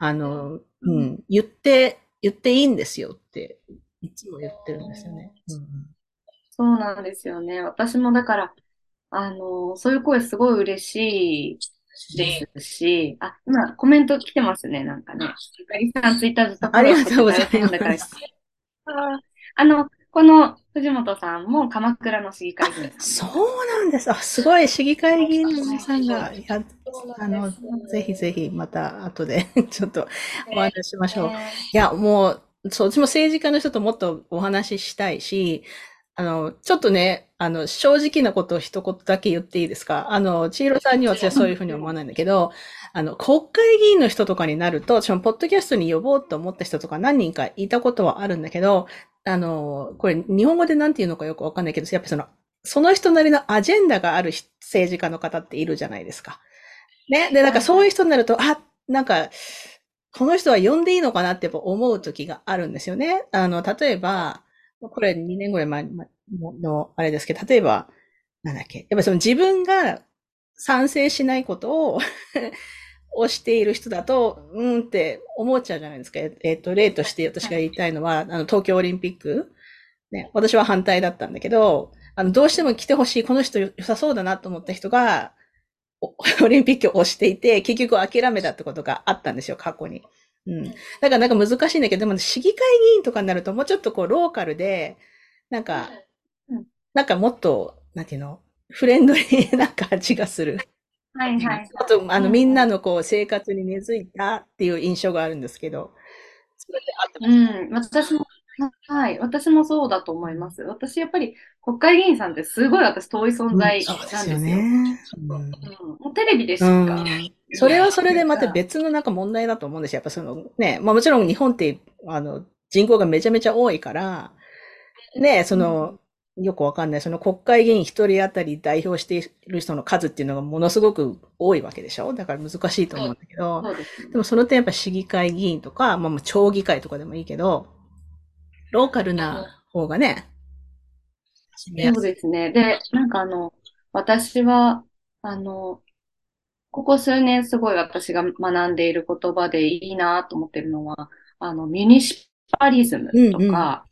言っていいんですよって、いつも言ってるんですよね。 そうなんですよね。私もだから、そういう声すごい嬉しいですし、あ、今コメント来てますね、なんかね。ゆかりさんツイッターずっとフあォローしててりがとうござい大変だから。 ます。 この藤本さんも鎌倉の市議会議員さんです。 そうなんです。すごい、市議会議員の皆さんが、 そうなんです。 ぜひぜひ、また後でちょっとお話ししましょう。 ねいや、もう、そう、私も政治家の人ともっとお話ししたいし、ちょっとね、正直なことを一言だけ言っていいですか？千尋さんには私はそういうふうに思わないんだけど、国会議員の人とかになると、私もポッドキャストに呼ぼうと思った人とか何人かいたことはあるんだけど、これ日本語でなんて言うのかよくわかんないけど、やっぱその人なりのアジェンダがある政治家の方っているじゃないですか。ね。で、なんかそういう人になると、なんか、この人は呼んでいいのかなってやっぱ思う時があるんですよね。例えば、これ2年ぐらい前のあれですけど、例えば、なんだっけ。やっぱりその自分が賛成しないことををしている人だと、って思っちゃうじゃないですか。例として私が言いたいのは、東京オリンピック。ね、私は反対だったんだけど、どうしても来てほしい、この人良さそうだなと思った人が、オリンピックを推していて、結局諦めたってことがあったんですよ、過去に。うん。だからなんか難しいんだけど、でも市議会議員とかになるともうちょっとこうローカルで、なんか、なんかもっと、なんていうの、フレンドリーな感じがする。 はいはい。 あと、みんなのこう生活に根付いたっていう印象があるんですけど、それで合ってます。 うん、私も、はい、私もそうだと思います。私、やっぱり国会議員さんってすごい私遠い存うん、 在そうですよなんですよ。 ね。 もうテレビでうしかん。それはそれでまた別のなんか問題だと思うんですよ。やっぱね、もちろん日本って、人口がめちゃめちゃ多いから、ね、よくわかんない、その国会議員一人当たり代表している人の数っていうのがものすごく多いわけでしょ？だから難しいと思うんだけど、 そうですね。 でもその点やっぱ市議会議員とか、町議会とかでもいいけど、ローカルな方がね、始めやそうすい。 ですね。で、なんか私は、あの、ここ数年すごい私が学んでいる言葉でいいなと思ってるのは、ミュニシパリズムうんうん。 とか、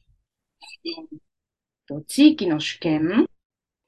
地域の主権、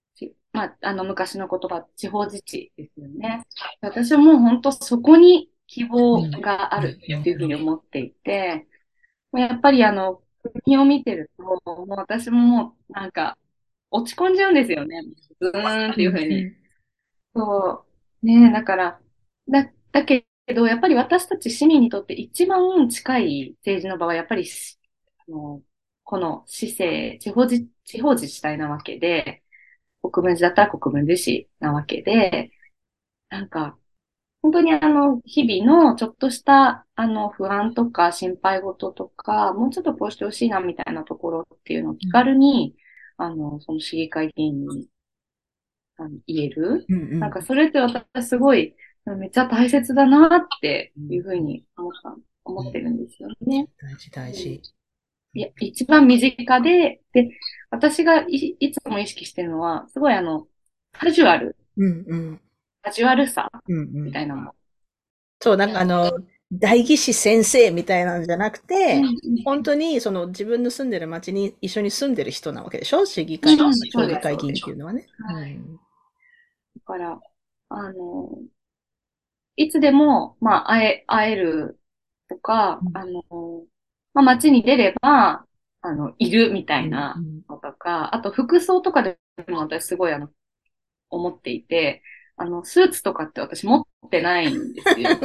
まあ、昔の言葉、地方自治ですよね。私はもう本当そこに希望があるっていうふうに思っていて、やっぱり国を見てると、もう私ももうなんか落ち込んじゃうんですよね。ズーンっていうふうに。そう。ねえ、だから、だけど、やっぱり私たち市民にとって一番近い政治の場は、やっぱりこの市政、地方自治体なわけで、国分寺だったら国分寺市なわけで、なんか、本当に日々のちょっとした不安とか心配事とか、もうちょっとこうしてほしいなみたいなところっていうのを気軽に、その市議会議員に言える。なんかそれって私すごい、めっちゃ大切だなっていうふうに思ってるんですよね。 大事大事。 いや、一番身近で、私がいつも意識してるのは、すごいカジュアル、カジュアルさみたいなもの。 そう、なんか代議士先生みたいなのじゃなくて、本当にその自分の住んでる町に一緒に住んでる人なわけでしょ？市議会、町議会議員っていうのはね。 だから、いつでも、まあ、会えるとか、まあ、街に出れば、いるみたいなのとか、あと服装とかでも私すごい思っていて、スーツとかって私持ってないんですよ。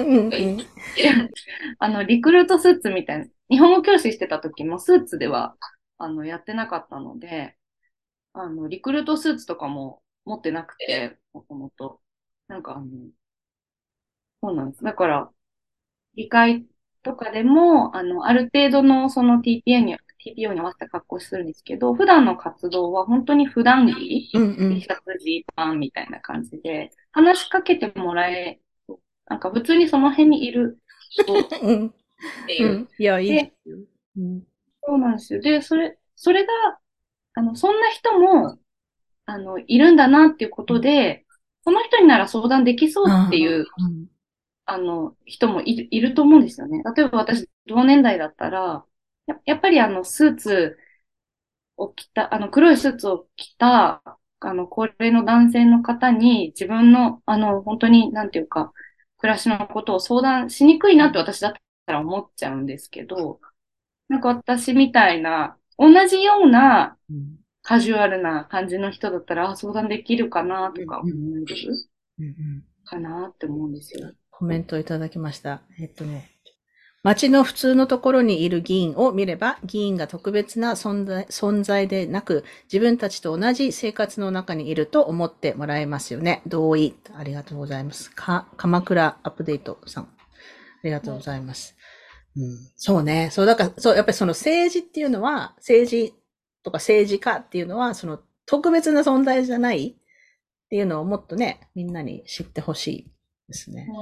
リクルートスーツみたいな、日本語教師してた時もスーツでは、やってなかったので、リクルートスーツとかも持ってなくて、もともと。なんかそうなんです。だから、議会とかでも、ある程度のその TPO に合わせた格好をするんですけど、普段の活動は本当に普段着、T シャツ、ジーパンみたいな感じで、話しかけてもらえ、なんか普通にその辺にいる人っていう。 いや、いいですよ。そうなんですよ。で、それが、そんな人も、いるんだなっていうことで、その人になら相談できそうっていう人もいると思うんですよね。例えば私、同年代だったら、やっぱりスーツを着た、黒いスーツを着た、高齢の男性の方に自分の、本当に、なんていうか、暮らしのことを相談しにくいなって私だったら思っちゃうんですけど、なんか私みたいな、同じようなカジュアルな感じの人だったら、相談できるかなとか思えるかなって思うんですよ。 コメントいただきました。町の普通のところにいる議員を見れば、議員が特別な存在でなく、自分たちと同じ生活の中にいると思ってもらえますよね。同意。ありがとうございます。鎌倉アップデートさん。ありがとうございます。そうね。そう、だから、そう、やっぱりその政治っていうのは、政治とか政治家っていうのは、その特別な存在じゃないっていうのをもっとね、みんなに知ってほしいですね。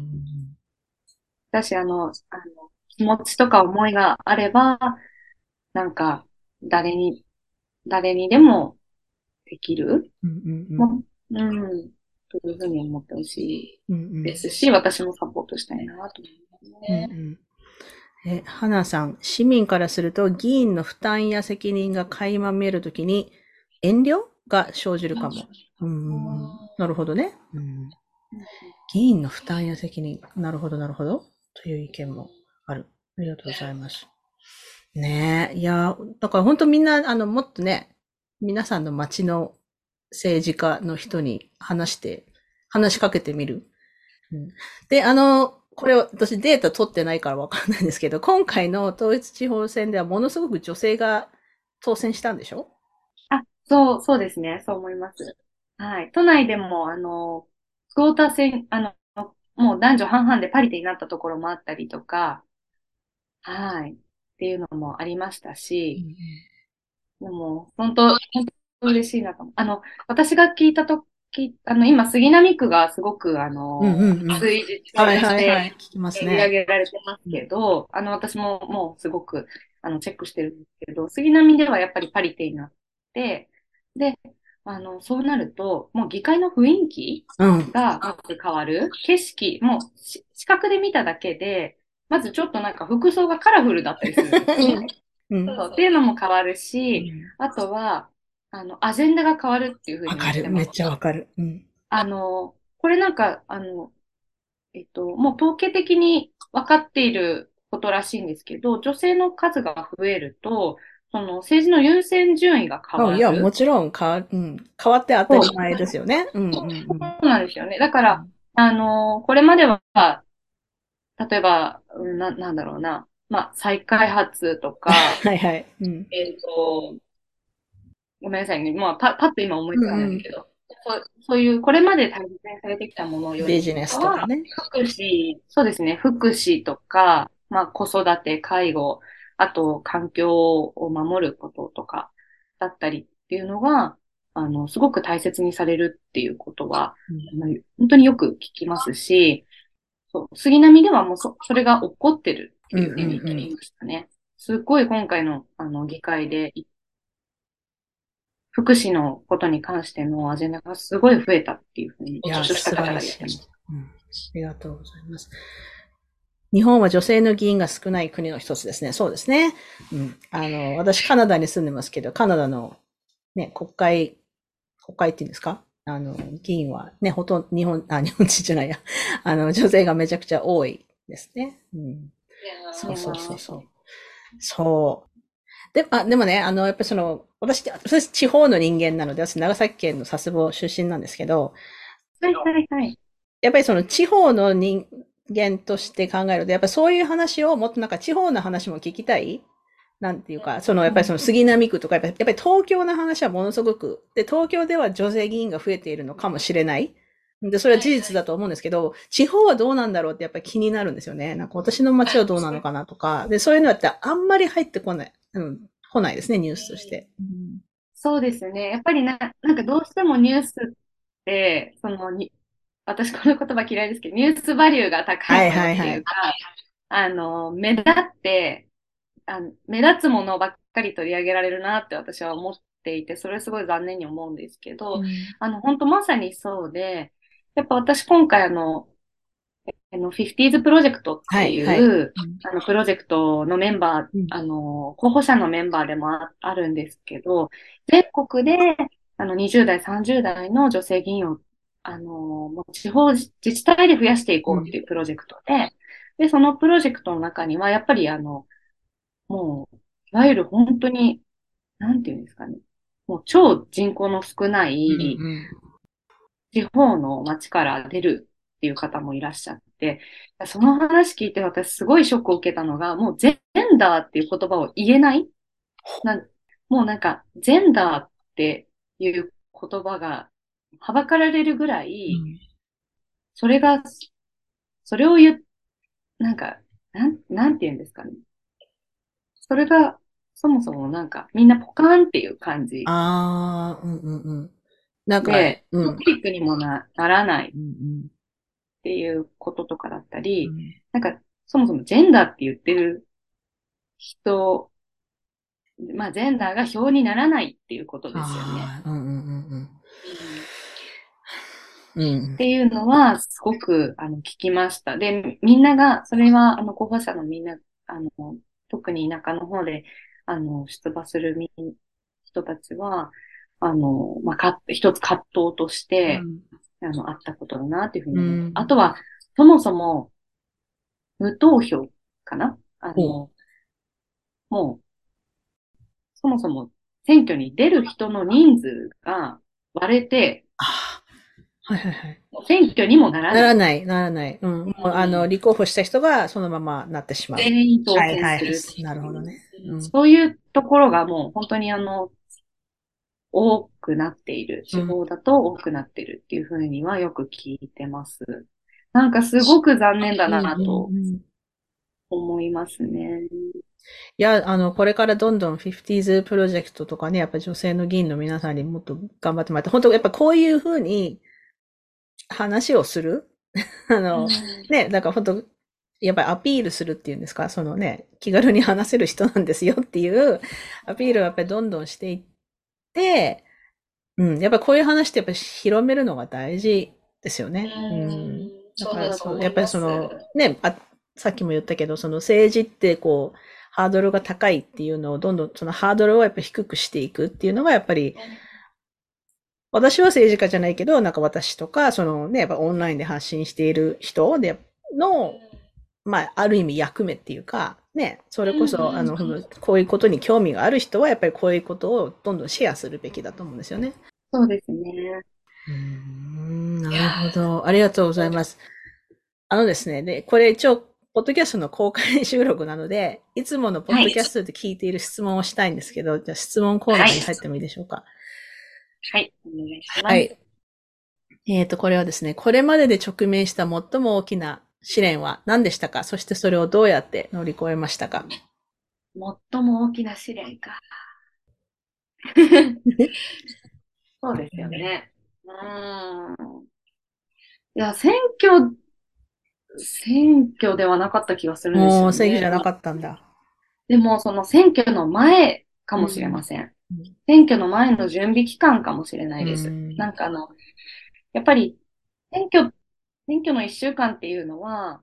私、気持ちとか思いがあれば、なんか、誰にでもできる。というふうに思ってほしいですし、私もサポートしたいなと思いますね。 花さん、市民からすると議員の負担や責任が垣間見えるときに遠慮が生じるかも。なるほどね。議員の負担や責任。なるほど、なるほど。という意見もある。ありがとうございます。ねえ。いや、だから本当みんな、もっとね、皆さんの街の政治家の人に話しかけてみる。で、これ私データ取ってないからわかんないんですけど、今回の統一地方選ではものすごく女性が当選したんでしょ？ そうですね。そう思います。はい。都内でも、クォーター制、もう男女半々でパリテになったところもあったりとか、はい。っていうのもありましたし、でも、本当嬉しいなと思う。私が聞いたとき、今、杉並区がすごく、数字として取り上げられてますけど、私ももうすごく、チェックしてるんですけど、杉並ではやっぱりパリテになって、で、そうなると、もう議会の雰囲気がまず変わる。景色、もう視覚で見ただけで、まずちょっとなんか服装がカラフルだったりするんですよね。そうっていうのも変わるし、あとは、アジェンダが変わるっていうふうにわかる。めっちゃわかる。 これなんか、 もう統計的に分かっていることらしいんですけど、女性の数が増えると、その政治の優先順位が変いや、もわる。 ちろん変わって当たそう、 り前ですよね。うんうんうん。 そうなんですよね。だから、これまでは、例えば、なんだろうな、まあ、再開発とか、 はいはい。うん。 えっと、ごめんなさいね。まあ、パッと今思いつかうんうん。 ないんですけど、そういう、これまで大切にされてきたものよりビジネスかは、 とかね。 そうですね、福祉とか、まあ、子育て、介護、あと、環境を守ることとか、だったりっていうのが、すごく大切にされるっていうことは、 うん。 本当によく聞きますし、そう、杉並ではもうそれが起こってるってうんういうふうにんうん。 言いましたね。すっごい今回の、議会で福祉のことに関してのアジェンダがすごい増えたっていうふうに、 いや、 著書した素晴方らしい。 が言ってました。 うん。ありがとうございます。日本は女性の議員が少ない国の一つですね。そうですね。うん。私カナダに住んでますけど、カナダのね、国会っていうんですか？議員はね、ほとんど日本人じゃないや。女性がめちゃくちゃ多いですね。うん。 いやそうそうそうね、 そう。そう。でもね、やっぱり私地方の人間なので、私長崎県の佐世保出身なんですけど、 はいはいはい。 やっぱりその地方の人間として考えると、やっぱりそういう話をもっとなんか地方の話も聞きたい。なんていうか、やっぱりその杉並区とか、やっぱり東京の話はものすごく、で、東京では女性議員が増えているのかもしれない。で、それは事実だと思うんですけど、地方はどうなんだろうってやっぱり気になるんですよね。なんか私の街はどうなのかなとか、で、そういうのってあんまり入ってこない、来ないですね、ニュースとして。 そうですね。やっぱりなんかどうしてもニュースって、私この言葉嫌いですけど、ニュースバリューが高はいいものっはいはい。 ていうか、目立って、目立つものばっかり取り上げられるなって私は思っていて、それすごい残念に思うんですけど、 うん。 本当まさにそうで、やっぱ私今回50s プロジェクトっていはいはい。 う、プロジェクトのメンバー、 うん。 候補者のメンバーでもあるんですけど、全国で、20代、30代の女性議員を、もう地方自治体で増やしていうん。 こうっていうプロジェクトで、そのプロジェクトの中には、やっぱりもう、いわゆる本当に、なんていうんですかね。もう超人口の少なうんういん。 地方の町から出るっていう方もいらっしゃって、その話聞いて私すごいショックを受けたのが、もうジェンダーっていう言葉を言えないなん、もうなんか、ジェンダーっていう言葉がはばかられるぐらい、 うん。 それが、それをなんか、なんて言うんですかね。それが、そもそもなんか、みんなポカーンっていう感じああ、うんうんうん。なんか、 で、 うん。 トピックにもならないっうんていうこととかだったり、 うん。 なんか、そもそもジェンダーって言ってる人、まあ、ジェンダーが表にならないっていうことですよね。 ああ、うんうんうんうんうん。うん。 っていうのは、すごく、聞きました。で、みんなが、それは、候補者のみんな、あの、特に田舎の方で、出馬する人たちは、まあ、一つ葛藤として、 うん。 あったことだな、っていうふうにう思います。あとん。 は、そもそも、無投票かなおう。 もう、そもそも、選挙に出る人の人数が割れて、 ああ、はいはいはい。 選挙にもならない。 ならない、ならない。うん。もう、 うん、 立候補した人がそのままなってしまう。 全員当はいはいはい。 選するってなるほどいう、 ね。うん。 そういうところがもう本当に多くなっている。 うん。 地方だと多くなっているっていうふうにはよく聞いてます。なんかすごく残念だうんうんなとうん。 思いますね。 いや、これからどんどん 50s プロジェクトとかね、やっぱ女性の議員の皆さんにもっと頑張ってもらって、本当やっぱこういうふうに話をするあうの、 ん、 ね、だから本当やっぱりアピールするっていうんですか、そのね、気軽に話せる人なんですよっていうアピールをやっぱりどんどんしていって、うん、やっぱりこういう話ってやっぱり広めるのが大事ですよね。うん。だそうだとからそう、やっぱり思います。 ね、さっきも言ったけど、その政治ってこう、ハードルが高いっていうのをどんどんそのハードルをやっぱり低くしていくっていうのがやっぱり私は政治家じゃないけど、なんか私とか、そのね、やっぱオンラインで発信している人での、まあ、ある意味役目っていうか、ね、それこそ、こういうことに興味がある人は、やっぱりこういうことをどんどんシェアするべきだと思うんですよね。 そうですね。 なるほど。ありがとうございます。ですね、で、これ一応、ポッドキャストの公開収録なので、いつものポッドキャストで聞いている質問をしたいんですけど、じゃあ質問コーナーに入ってもいいでしょうか。 はい、お願いします。 はい。これはですね、これまでで直面した最も大きな試練は何でしたか？そしてそれをどうやって乗り越えましたか？ 最も大きな試練か。そうですよね。いや、選挙ではなかった気がするんですもう、 よね。 正義じゃなかったんだ。 でも、その選挙の前かもしれません。選挙の前の準備期間かもしれないです。なんかやっぱり、選挙、選挙の一週間っていうのは、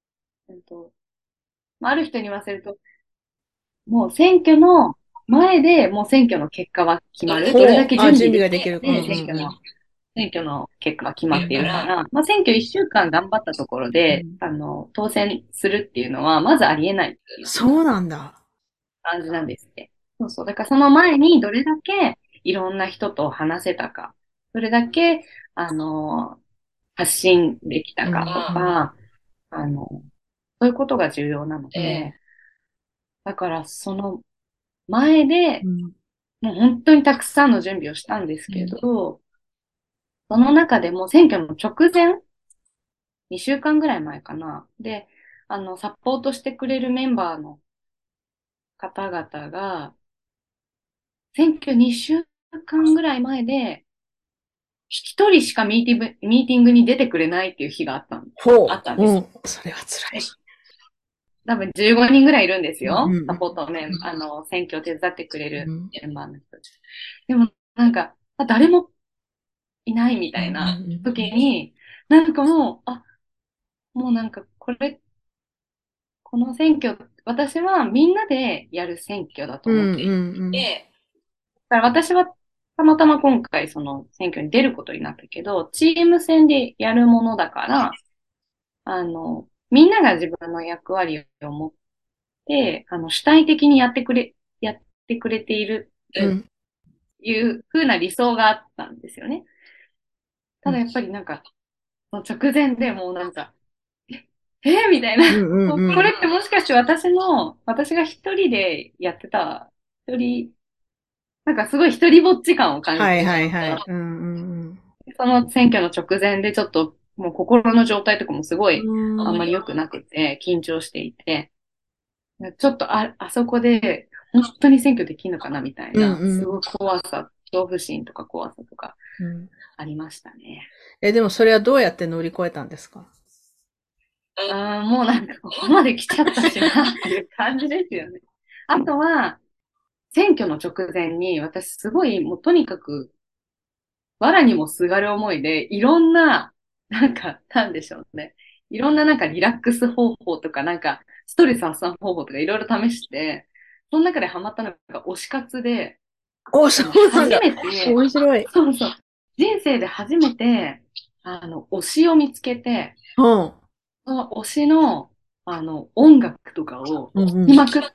ある人に言わせると、もう選挙の前でもう選挙の結果は決まる。どれだけ準備できて、選挙の結果が決まっているから、まあ、選挙一週間頑張ったところで、当選するっていうのは、まずありえないっていうそうなんだ。 感じなんですって。そうそう。だからその前にどれだけいろんな人と話せたか、どれだけ、発信できたかとか、そういうことが重要なので、だからその前で、もう本当にたくさんの準備をしたんですけど、その中でも選挙の直前、2週間ぐらい前かな。で、サポートしてくれるメンバーの方々が、選挙2週間ぐらい前で、一人しかミーティングに出てくれないっていう日があったんです。 それは辛い。 多分15人ぐらいいるんですよ。サポート選挙を手伝ってくれるメンバーの人。でも、なんか、誰もいないみたいな時に、なんかもうなんかこの選挙、私はみんなでやる選挙だと思っていて、だから私はたまたま今回その選挙に出ることになったけど、チーム戦でやるものだから、みんなが自分の役割を持って、主体的にやってくれているという風な理想があったんですよね。ただやっぱりなんか、その直前でもうなんか、みたいな。これってもしかして私が一人でやってた、なんかすごい一人ぼっち感を感じてしまった。その選挙の直前でちょっともう心の状態とかもすごいあんまり良くなくて緊張していて、ちょっとあそこで本当に選挙できるのかなみたいな、すごい恐怖心とか怖さとかありましたね。 でもそれはどうやって乗り越えたんですか？ もうなんかここまで来ちゃったしなっていう感じですよね。あとは、選挙の直前に私すごいもうとにかく藁にもすがる思いでいろんな、なんでしょうね。いろんななんかリラックス方法とかなんかストレス発散方法とかいろいろ試して、その中でハマったのが推し活で、 そうなんだ。 初めて、 面白い。 そうそう、人生で初めて、推しを見つけて、その推しの、音楽とかを聴きまくって、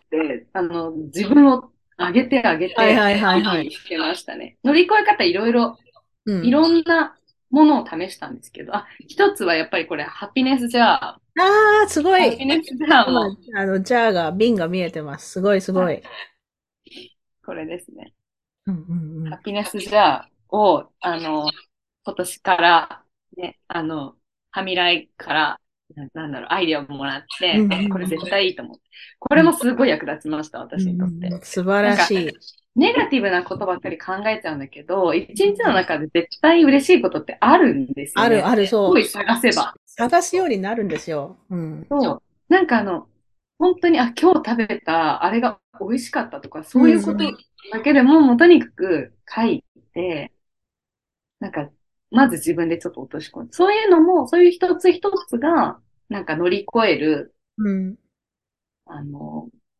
自分を上げて、してましたね。乗り越え方いろいろ、いろんなものを試したんですけど、一つはやっぱりこれ、ハピネスジャー。 すごい。 ハピネスジャーも。 ジャーが、瓶が見えてます。すごいすごい。 これですね。ハピネスジャーを、今年から、ね、ハミライから、アイデアをもらって、これ絶対いいと思って。これもすごい役立ちました、私にとって。 素晴らしい。 ネガティブなことばっかり考えちゃうんだけど、一日の中で絶対嬉しいことってあるんですよね。 ある、そう。 すごい探せば。 探すようになるんですよ。 そう。なんか本当に、今日食べたあれが美味しかったとか、そういうことだけでも、もうとにかく書いて、なんか、まず自分でちょっと落とし込んで、そういうのも、そういう一つ一つが、なんか乗り越える、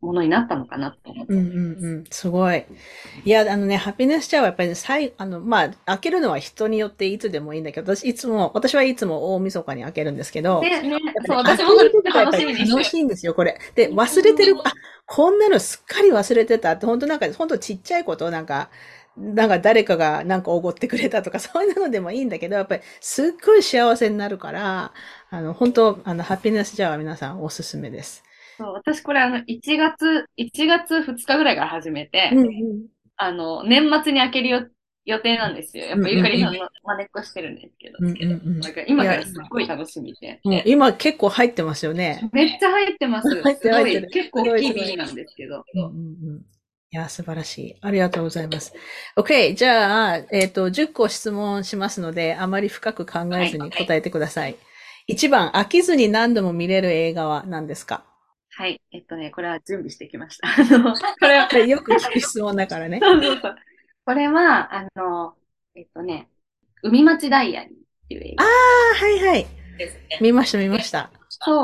ものになったのかなと思って。 すごい。いや、ハピネスチャーはやっぱりまあ、開けるのは人によっていつでもいいんだけど、私はいつも大晦日に開けるんですけど、 ね、ね、そう、 やっぱね、開け私もそれる時がやっぱ楽しり楽みにしてる。 しいんですよ、これ。で、忘れてる、こんなのすっかり忘れてたって、本当ちっちゃいこと、なんか誰かがなんかおごってくれたとか、そういうのでもいいんだけど、やっぱりすっごい幸せになるから、本当ハピネスチャーは皆さんおすすめです。 そう、私これ1月2日ぐらいから始めて、 うんうん。 年末に開ける予定なんですよ。やっうんぱゆかりさんうんの真似っこしてるんですけど。 うん。うんうんうん。 なんかいや、 今からすっごい楽しみで。 もう今結構入ってますよね。 めっちゃ入ってます。 入ってるすごい、 入ってる。 結構大きい瓶なんですけど。 うんうんうん。いや、素晴らしい。ありがとうございます。OK。じゃあ、10個質問しますので、あまり深く考えはい。 ずに答えてください。1番、飽きずに何度も見れる映画は何ですか？ はい。これは準備してきました。これは、 これよく聞く質問だからね。 そうそうそう。これは、海町ダイアリーっていう映ああ、 画はいはい。 ですね。 見ました、見ました。 そう、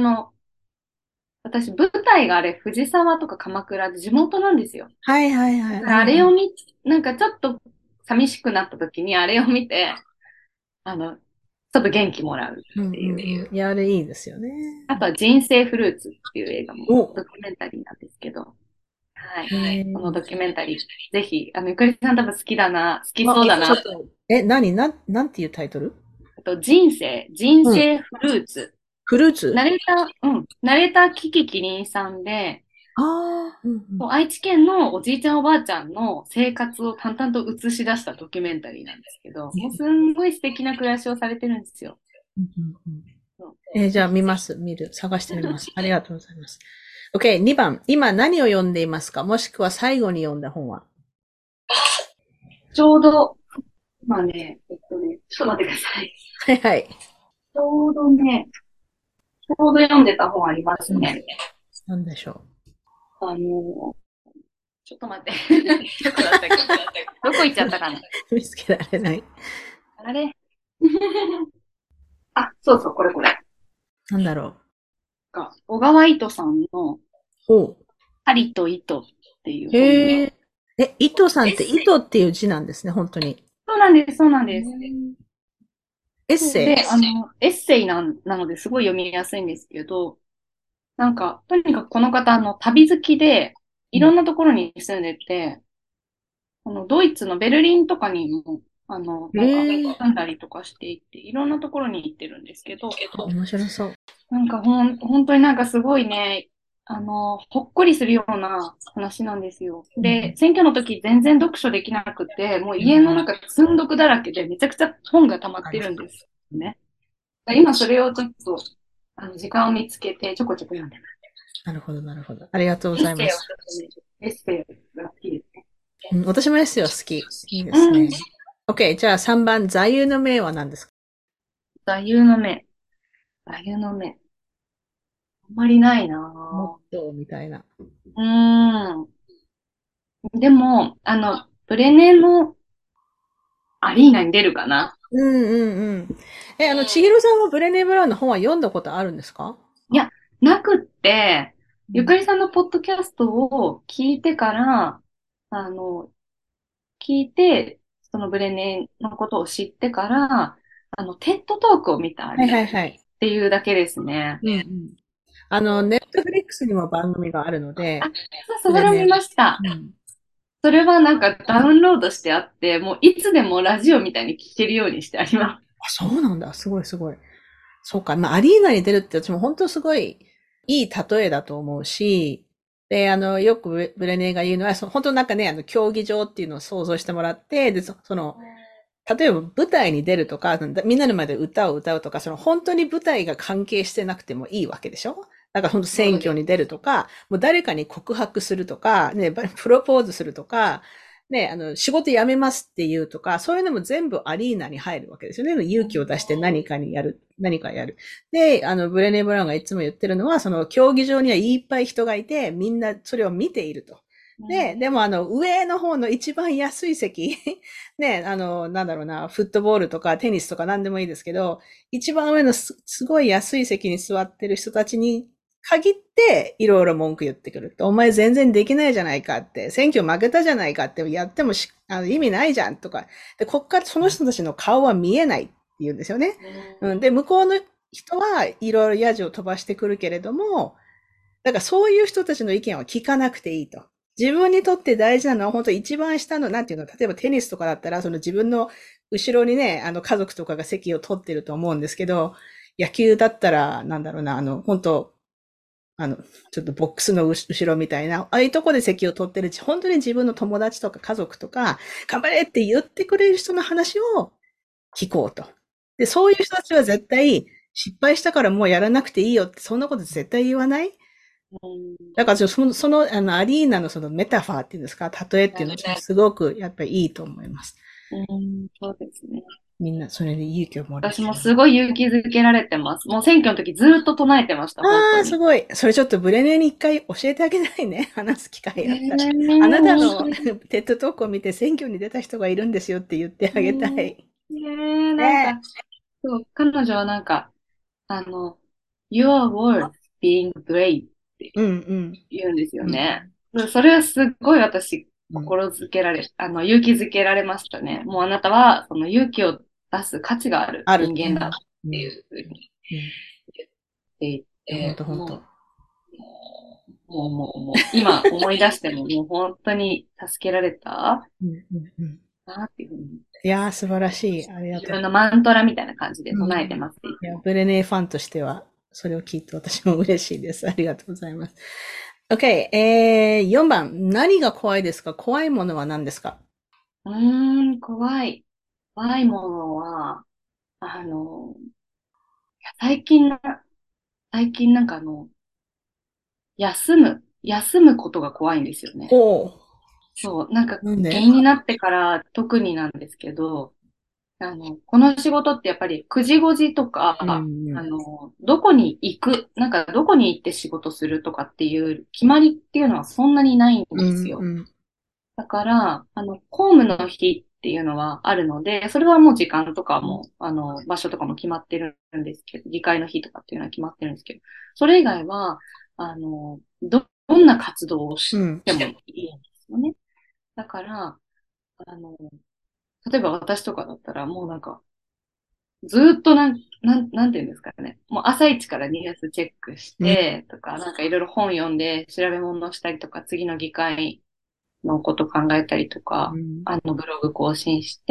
私、舞台があれ、藤沢とか鎌倉で地元なんですよ。 はいはいはい。 だからあれをなんかちょっと寂しくなった時にあれを見て、あの、ちょっと元気もらううんうんっていう。 うん。いや、あれいいですよね。 あとは人生フルーツっていう映画もお、 ドキュメンタリーなんですけど、はい。 へえ。 このドキュメンタリー、ぜひ、ゆかりさん多分好きあ、 そうだな。 ちょっと、なんていうタイトル？ あと、人うん。 生フルーツ。 フルーツ。 ナレーターキキキリンさんで、 ああ、うんうん。 愛知県のおじいちゃんおばあちゃんの生活を淡々と映し出したドキュメンタリーなんですけど、もうすんごい素敵な暮らしをされてるんですよ。 うんうんうん。 そうじゃあ探してみます。ありがとうございます。OK、2番。今何を読んでいますか？もしくは最後に読んだ本は？ ちょうど、まあね、ちょっと待ってください。 はいはい。 ちょうど読んでた本ありますうん。 ね。 何でしょあの、ちょっと待って。どこだったっけどこ行っちゃったかな。 う？見つけられない。 あれそうそう、これ。 なんだろ小川糸さんのう。ほう。 針と糸っていう本へで。 え。糸さんって糸っていう字なんですね、本当に。 そうなんです、そうなんうです。 ん。エッそうで、 セイ？ エッセイなのですごい読みやすいんですけど、なんか、とにかくこの方、旅好きで、いろんなところに住んでて、ドイツのベルリンとかにも、なんか、 へえ。 住んだりとかしていて、いろんなところに行ってるんですけど、 あ、面白そう。 なんか本当になんかすごいね、ほっこりするような話なんですよ。で、 うん選挙の時全然読書できなくて、もううんうん。 家の中積んどくだらけでめちゃくちゃ本が溜まってるんですよね。今それをちょっと、時間を見つけてちょこちょこ読んでます。 なるほど、なるほど。ありがとうごエッセイをちょざいます。 っとね、エッセイが好きですね。 うん、私もエッセイは好き。いいでうん。 すね。OK、じゃあ3番、座右の銘は何ですか？ 座右の銘。座右の銘。あんまりないなモッぁ。 トーみたいな。 うーん。でも、ブレネのアリーナに出るかな。 うんうんうん。千尋さんはブレネ・ブラウンの本は読んだことあるんですか？ いや、なくって、 うん。 ゆかりさんのポッドキャストを聞いてから、あの、聞いて、そのブレネのことを知ってから、テッドトークを見たはいりっはいはい。 ていうだけですね。 うんうん。ネットフリックスにも番組があるのあ、 で、 それを見ブレネ、 ました。 うん。 それはなんかダウンロードしてあって、もういつでもラジオみたいに聞けるようにしてありまあ、そうなんだ。すごいすごい。そうか。まあ、アリーナに出るって私も本当すごいいい例えだと思うし、で、よくブレネが言うのは、本当なんかね、競技場っていうのを想像してもらって、で、例えば舞台に出るとか、みんなの前で歌を歌うとか、本当に舞台が関係してなくてもいいわけでしょ？だから本当す。そうです。 選挙に出るとか、もう誰かに告白するとか、ね、プロポーズするとか、ね、仕事辞めますっていうとか、そういうのも全部アリーナに入るわけですよね。勇気を出して何かやる。で、ブレネ・ブラウンがいつも言ってるのは、その競技場にはいっぱい人がいて、みんなそれを見ていると。でも上の方の一番安い席、ね、なんだろうな、フットボールとかテニスとか何でもいいですけど、一番上のすごい安い席に座ってる人たちに限っていろいろ文句言ってくる。お前全然できないじゃないかって、選挙負けたじゃないかってやっても意味ないじゃんとか。で、こっからその人たちの顔は見えないって言うんですよね。で、向こうの人はいろいろヤジを飛ばしてくるけれども、だからそういう人たちの意見は聞かなくていいと。自分にとって大事なのは本当一番下の、なんていうの、例えばテニスとかだったら、その自分の後ろにね、家族とかが席を取ってると思うんですけど、野球だったら、なんだろうな、本当ちょっとボックスの後ろみたいな、ああいうとこで席を取ってる本当に自分の友達とか家族とか、頑張れって言ってくれる人の話を聞こうと。で、そういう人たちは絶対、失敗したからもうやらなくていいよって、そんなこと絶対言わない。だからアリーナのそのメタファーっていうんですか、例えっていうのはすごくやっぱりいいと思います。 そうですね。 みんなそれで勇気をもらって。 私もすごい勇気づけられてます。もう選挙の時ずっと唱えてました、本当ああ、 に。 すごい。それちょっとブレネーに一回教えてあげないね。話す機会あったら。あなたのテッドトークを見て選挙に出た人がいるんですよって言ってあげたい。 なんか、そう、彼女はなんか、You're worth being brave って言うんですよね。それはすっごい私、心づけられ、勇気づけられましたね。もうあなたは、その勇気を出す価値がある人間だっていうふうに言っていて、もう、今思い出しても、もう本当に助けられたなっていうふうに。 いやー、素晴らしい。ありがとう。 自分のマントラみたいな感じで唱えてます。 いや、ブレネーファンとしては、それを聞いて私も嬉しいです。ありがとうございます。OK、4番。何が怖いですか？怖いものは何ですか？ 怖い。怖いものは、最近なんか休むことが怖いんですよね。そう、なんか、芸になってから特になんですけど、この仕事ってやっぱり9時5時とか、どこに行く、なんかどこに行って仕事するとかっていう決まりっていうのはそんなにないんですよ。だから、公務の日っていうのはあるので、それはもう時間とかも、場所とかも決まってるんですけど、議会の日とかっていうのは決まってるんですけど、それ以外は、どんな活動をしてもいいんですよね。だから、例えば私とかだったらもうなんか、ずっとなんていうんですかね。もう朝一からニュースチェックしてとか、なんかいろいろ本読んで調べ物したりとか、次の議会のこと考えたりとか、ブログ更新して、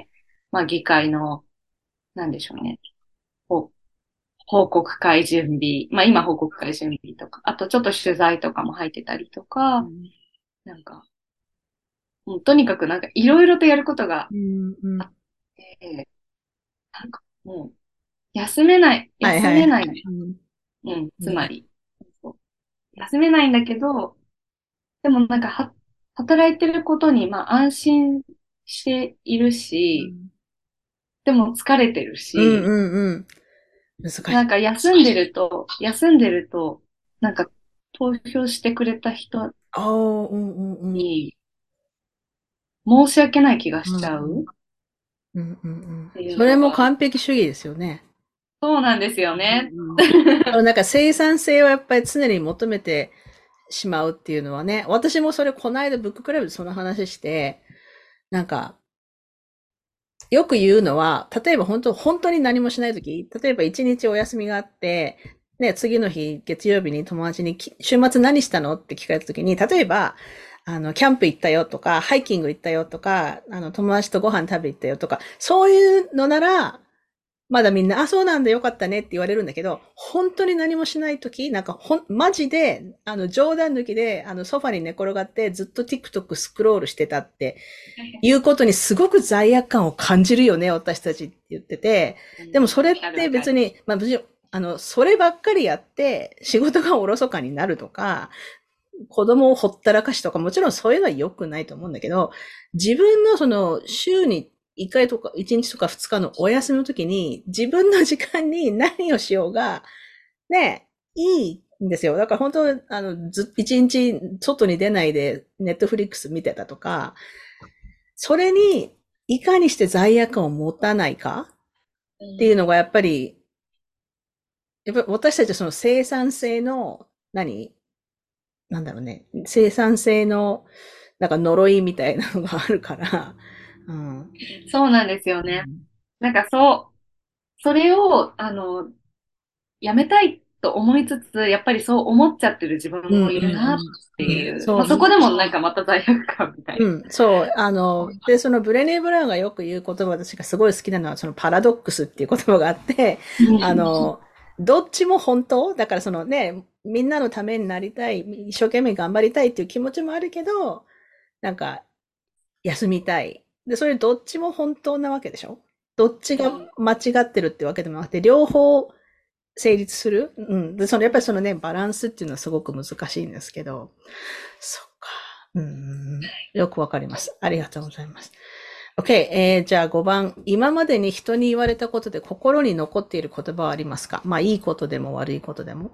まあ議会の、なんでしょうね。報告会準備。まあ今報告会準備とか、あとちょっと取材とかも入ってたりとか、なんか、もうとにかくなんかいろいろとやることがあって、なんかもう、休めない。つまり。休めないんだけど、でもなんか働いてることに、まあ安心しているし、でも疲れてるし、なんか休んでると、なんか投票してくれた人に申し訳ない気がしちゃう。 それも完璧主義ですよね。 そうなんですよね。 なんか生産性をやっぱり常に求めてしまうっていうのはね、私もそれこの間ブッククラブでその話して、なんか、よく言うのは、例えば本当に何もしないとき、例えば一日お休みがあって、ね、次の日、月曜日に友達に、週末何したのって聞かれたときに、例えば、キャンプ行ったよとか、ハイキング行ったよとか、友達とご飯食べ行ったよとか、そういうのなら、まだみんな、あ、そうなんだ、よかったねって言われるんだけど、本当に何もしないとき、なんかマジで、冗談抜きで、ソファに寝転がって、ずっと TikTok スクロールしてたっていうことにすごく罪悪感を感じるよね、私たちって言ってて。でもそれって別に、まあ、そればっかりやって、仕事がおろそかになるとか、子供をほったらかしとか、もちろんそういうのは良くないと思うんだけど、自分のその週に1回とか1日とか2日のお休みの時に自分の時間に何をしようが、ね、いいんですよ。だから本当、1日外に出ないでネットフリックス見てたとか、それにいかにして罪悪感を持たないかっていうのがやっぱりやっぱり私たちはその生産性の、なんだろうね。生産性の、なんか呪いみたいなのがあるから、うん。 そうなんですよね。なんかそう、それを、やめたいと思いつつ、やっぱりそう思っちゃってる自分もうんうんいるなっうん。うん、 ていう。 そう、 まあそこでもなんかまた罪悪感みたいな。 うん、そう。で、そのブレネー・ブラウンがよく言う言葉、私がすごい好きなのは、そのパラドックスっていう言葉があって、あの、どっちも本当だからそのね、みんなのためになりたい、一生懸命頑張りたいっていう気持ちもあるけど、なんか、休みたい。で、それどっちも本当なわけでしょ？どっちが間違ってるってわけでもなくて、両方成立する。うん。で、やっぱりそのね、バランスっていうのはすごく難しいんですけど、そっか。うん。よくわかります。ありがとうございます。OK。じゃあ5番。今までに人に言われたことで心に残っている言葉はありますか？まあ、いいことでも悪いことでも。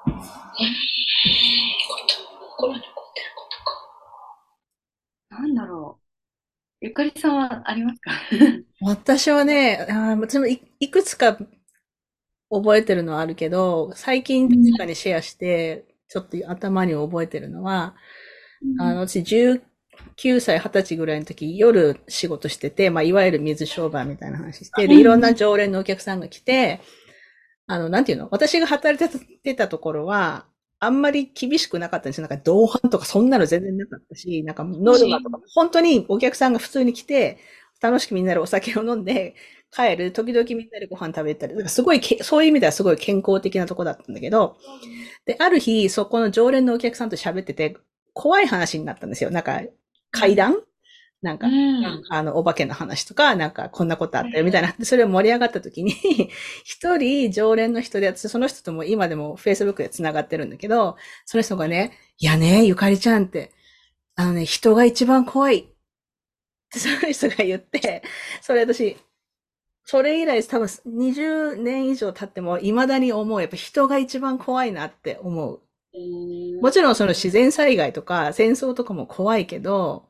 心に残ってることか。 なんだろう。ゆかりさんはありますか？ 私はね、私もいくつか覚えてるのはあるけど、最近確かにシェアして、ちょっと頭に覚えてるのは、私19歳、20歳ぐらいの時、夜仕事してて、まあ、いわゆる水商売みたいな話して、で、いろんな常連のお客さんが来て、なんていうの私が働いてたところは、あんまり厳しくなかったんですよ。なんか同伴とかそんなの全然なかったし、なんかノルマとか、本当にお客さんが普通に来て、楽しくみんなでお酒を飲んで帰る、時々みんなでご飯食べたり、なんかすごいそういう意味ではすごい健康的なとこだったんだけど、で、ある日、そこの常連のお客さんと喋ってて、怖い話になったんですよ。なんか、怪談なんか、お化けの話とか、なんか、こんなことあったよ、みたいな。それを盛り上がった時に、一人常連の人で、私その人とも今でも Facebook で繋がってるんだけど、その人がね、いやね、ゆかりちゃんって、人が一番怖いってその人が言って、それ私、それ以来多分20年以上経っても未だに思う。やっぱ人が一番怖いなって思う。もちろんその自然災害とか戦争とかも怖いけど、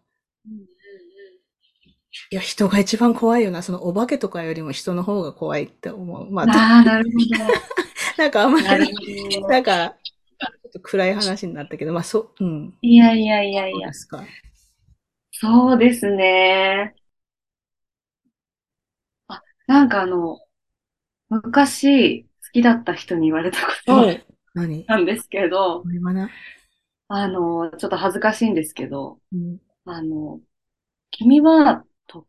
いや、人が一番怖いよな。そのお化けとかよりも人の方が怖いって思う。まあ、 ああ、なるほど。 なんかあんまなるり、 ほど。 なんか、ちょっと暗い話になったけど、まあ、うん。 いやいやいやいや。 そうですか。 そうですね。あ、なんか昔好きだった人に言われた言葉おう。何なんですけど、 これはな。 ちょっと恥ずかしいんですけど、 うん。 あの、君は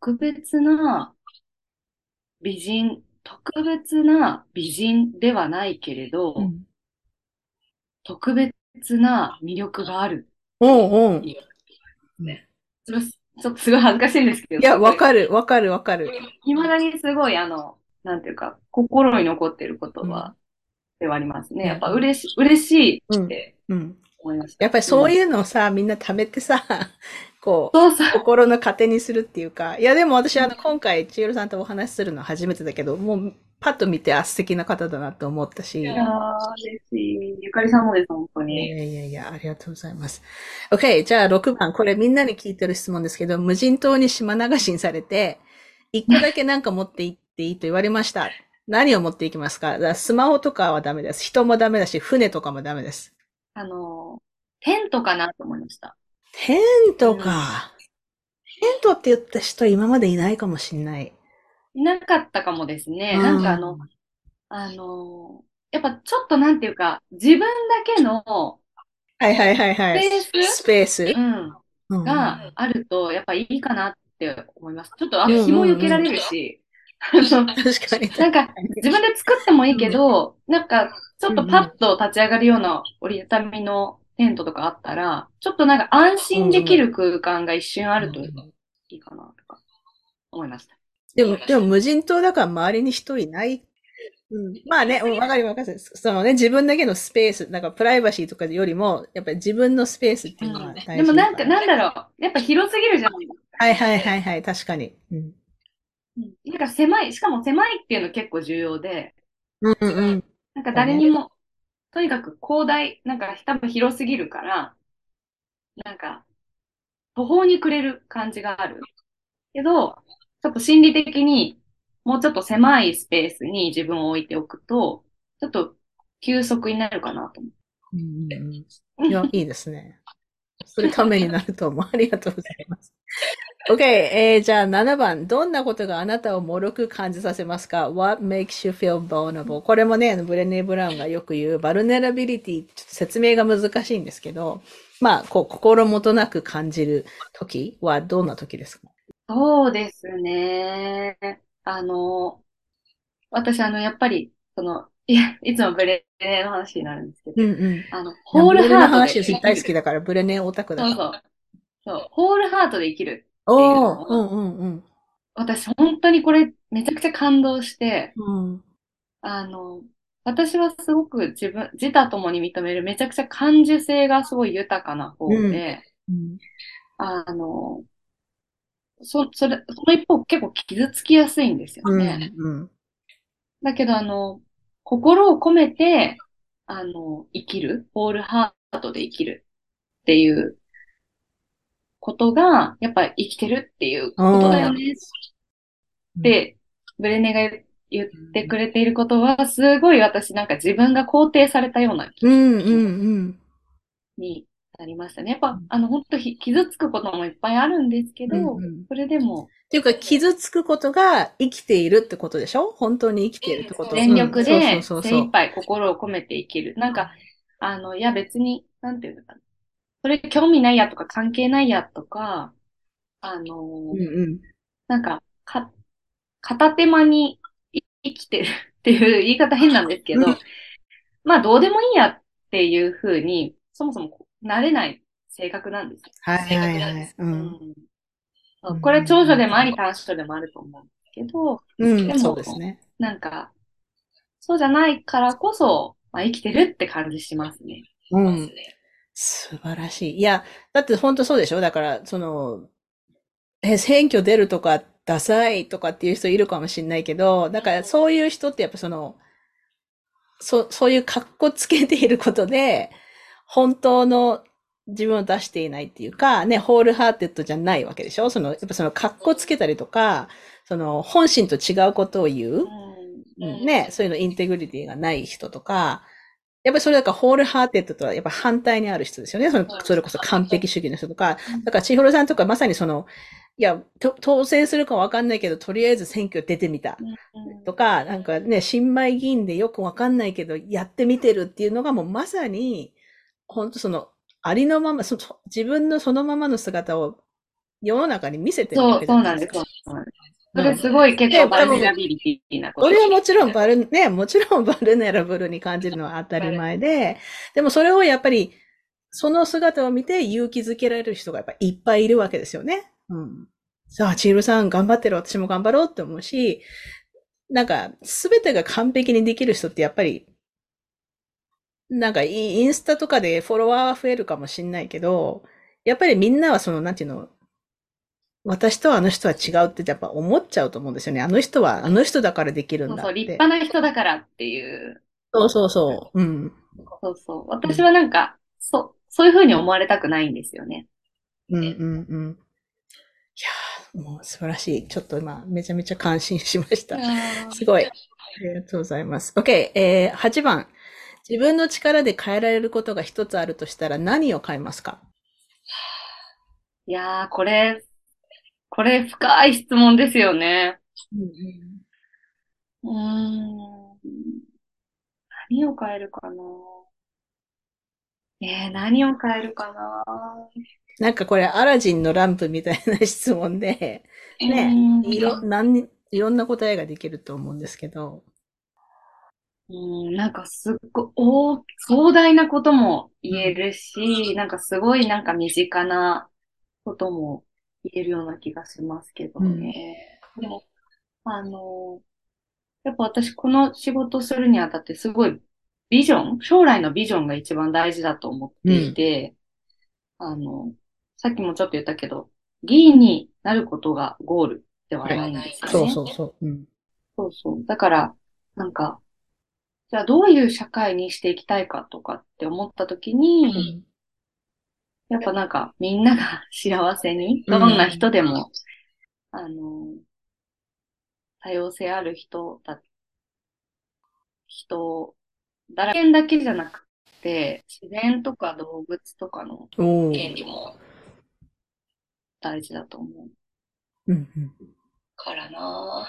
特別な美人ではないけれど、 うん。 特別な魅力があるっておうおう。 言うね。それはちょっとすごい恥ずかしいんですけど、 いや、 すごい、 わかる、わかる、わかる。 未だにすごいなんていうか、心に残っている言うん。 葉ではありますね。やっいや、 ぱ嬉しいうん。 ってうん。 思いました。 やっぱりそううん。 いうのをさ、みんな貯めてさ、こう、 そうそう。 心の糧にするっていうか、いやでも私今回、千尋さんとお話しするの初めてだけど、もう、パッと見て、素敵な方だなと思ったし、 いやー、嬉しい。ゆかりさんもです、本当に。 いやいやいや、ありがとうございます。OK、じゃあ6番、これみんなに聞いてる質問ですけど、無人島に島流しにされて、一個だけなんか持って行っていいと言われました。何を持っていきますか？だからスマホとかはダメです。人もダメだし、船とかもダメです。 あの、テントかなと思いました。 テントうん。 か。テントって言った人今までいないかもしんない。 いなかったかもですうね。なんかん。 やっぱちょっとなんていうか、自分だけのはいはいはいはい。 スペース、 スペース。 うん、 うんうん。 があると、やっぱいいかなって思います。ちょっと、 うん紐うんうん。 避けられるし、あの、 確かに確かなんか、 に。 自分で作ってもいいけうん。 ど、なんか、ちょっとパうんうん。 ッと立ち上がるような折りたたみのテントとかあったら、ちょっとなんか安心できうんうん。 る空間が一瞬あるというんうん。 いかなとか思いました。 でも無人島だから周りに人いない。うん。まあね、うん、わかりますわかります。そのね、自分だけのスペース、なんかプライバシーとかよりも、やっぱり自分のスペースっていうのはでもなんか、 大事だから。 なんだろう。やっぱ広すぎるじゃないですか。 はいはいはいはい、確かに。うん。 なんか狭い、しかも狭いっていうの結構重要で、 うんうんうん。 なんかそうね。 誰にも、とにかく広大、なんか多分広すぎるから、なんか途方に暮れる感じがある。けど、ちょっと心理的にもうちょっと狭いスペースに自分を置いておくと、ちょっと休息になるかなと思いや、いいですね。それためになると思う。ありがとうございます。OK、じゃあ7番。どんなことがあなたを脆く感じさせますか？ ?What makes you feel vulnerable? これもね、ブレネー・ブラウンがよく言う、バルネラビリティ、ちょっと説明が難しいんですけど、まあ、心もとなく感じる時はどんな時ですか？ う。そうですね。私、やっぱり、いつもブレネの話になるんですけど、 うんうん。 ホールブレネのハートで話大好生きる。 きだから、ブレネオタクだから。 そうそう。そう、ホールハートで生きるっていうのおー、うを、 んうんうん。 私本当にこれめちゃくちゃ感動して、 うん。 あの、私はすごく自他ともに認めるめちゃくちゃ感受性がすごい豊かなうん。 方で、 うん。 あの、その一方結構傷つきやすいんですようん。 ね。 うん。 だけど心を込めて、生きる、ホールハートで生きるっていうことが、やっぱ生きてるっていうことだよねっうん。 て、ブレネが言ってくれていることは、すごい私なんか自分が肯定されたようなうん。 気持ちうん。 になりましたね。やっぱ、本当傷つくこともいっぱいあるんですけうん。 ど、 うん。 それでも、 っていうか、傷つくことが生きているってことでしょ？本当に生きているってこと。 全うん。そうそう力でそうそ精一杯心を込めて生きる。なんか、いや別に、なんていうのかな。それ興味ないやとか関係ないやとか、 う。うんうん。 なんか、片手間に生きてるっていう言い方変なんですけうん。 ど、まあどうでもいいやっていうふうに、そもそもなれない性格なんですよ。 はいはいはい。うん。 うん。 うこれ長所ん。 でもあり短所でもあると思うんですけど、 うん。そうでも、 ですね。 なんか、そうじゃないからこそ、まあ、生きてるって感じしますね。 うん。素晴らしい。いや、だって本当そうでしょ？だから、選挙出るとか、ダサいとかっていう人いるかもしれないけど、だからそういう人ってやっぱそういう格好つけていることで、本当の自分を出していないっていうか、ね、ホールハーテッドじゃないわけでしょ？やっぱ格好つけたりとか、本心と違うことを言う、ね、そういうのインテグリティがない人とか、やっぱりそれだからホールハーテッドとはやっぱ反対にある人ですよね。それこそ完璧主義の人とか。だから千尋さんとかまさにいや、当選するかわかんないけど、とりあえず選挙出てみた。とか、なんかね、新米議員でよくわかんないけど、やってみてるっていうのがもうまさに、本当ありのまま、自分のそのままの姿を世の中に見せてるわそう、 けじゃそうなんです。 ないですか。 そうなんです。そうん。 れすごい結構で、 バルネ多分、 ラビリティなこと。 それはもちろんもちろんバルネラブルに感じるのは当たり前で、でもそれをやっぱり、その姿を見て勇気づけられる人がやっぱいっぱいいるわけですよね。うん。さあ、チールさん頑張ってる、私も頑張ろうって思うし、なんか、すべてが完璧にできる人ってやっぱり、なんかインスタとかでフォロワー増えるかもしんないけど、やっぱりみんなはなんていうの、私とあの人は違うってやっぱ思っちゃうと思うんですよね。あの人はあの人だからできるんそうそう、 だって。 立派な人だからっていう。 そうそうそう。うん。 そうそう。 うん。 私はなんか、そういうふうに思われたくないんですよね。 うんうんうん。いやー、もう素晴らしい。ちょっと今、めちゃめちゃ感心しましいた。 やー、 すごい。ありがとうございます。OK。8番。自分の力で変えられることが一つあるとしたら何を変えますか？ これ深い質問ですよね。 うんうん。 うーん。何を変えるかな。何を変えるかな。 なんかこれ、アラジンのランプみたいな質問で、 うーね、 ん。 いろんな答えができると思うんですけど。 なんかすっごい壮大なことも言えるし、なんかすごいなんか身近なことも言えるような気がしますけどうん。 ね。でも、あの、やっぱ私この仕事するにあたってすごい将来のビジョンが一番大事だと思っていうん。 て、あの、さっきもちょっと言ったけど、議員になることがゴールでははい。 ないんですよそうね。 そうそう。うん。 そうそう。だから、なんか、じゃあどういう社会にしていきたいかとかって思った時に、 うん。 やっぱなんかみんなが幸せに、 うん。 どんな人でも、あの、多様性ある人人間だけじゃなくて、自然とか動物とかのおー。 権利も大事だと思ううんうん。 からな。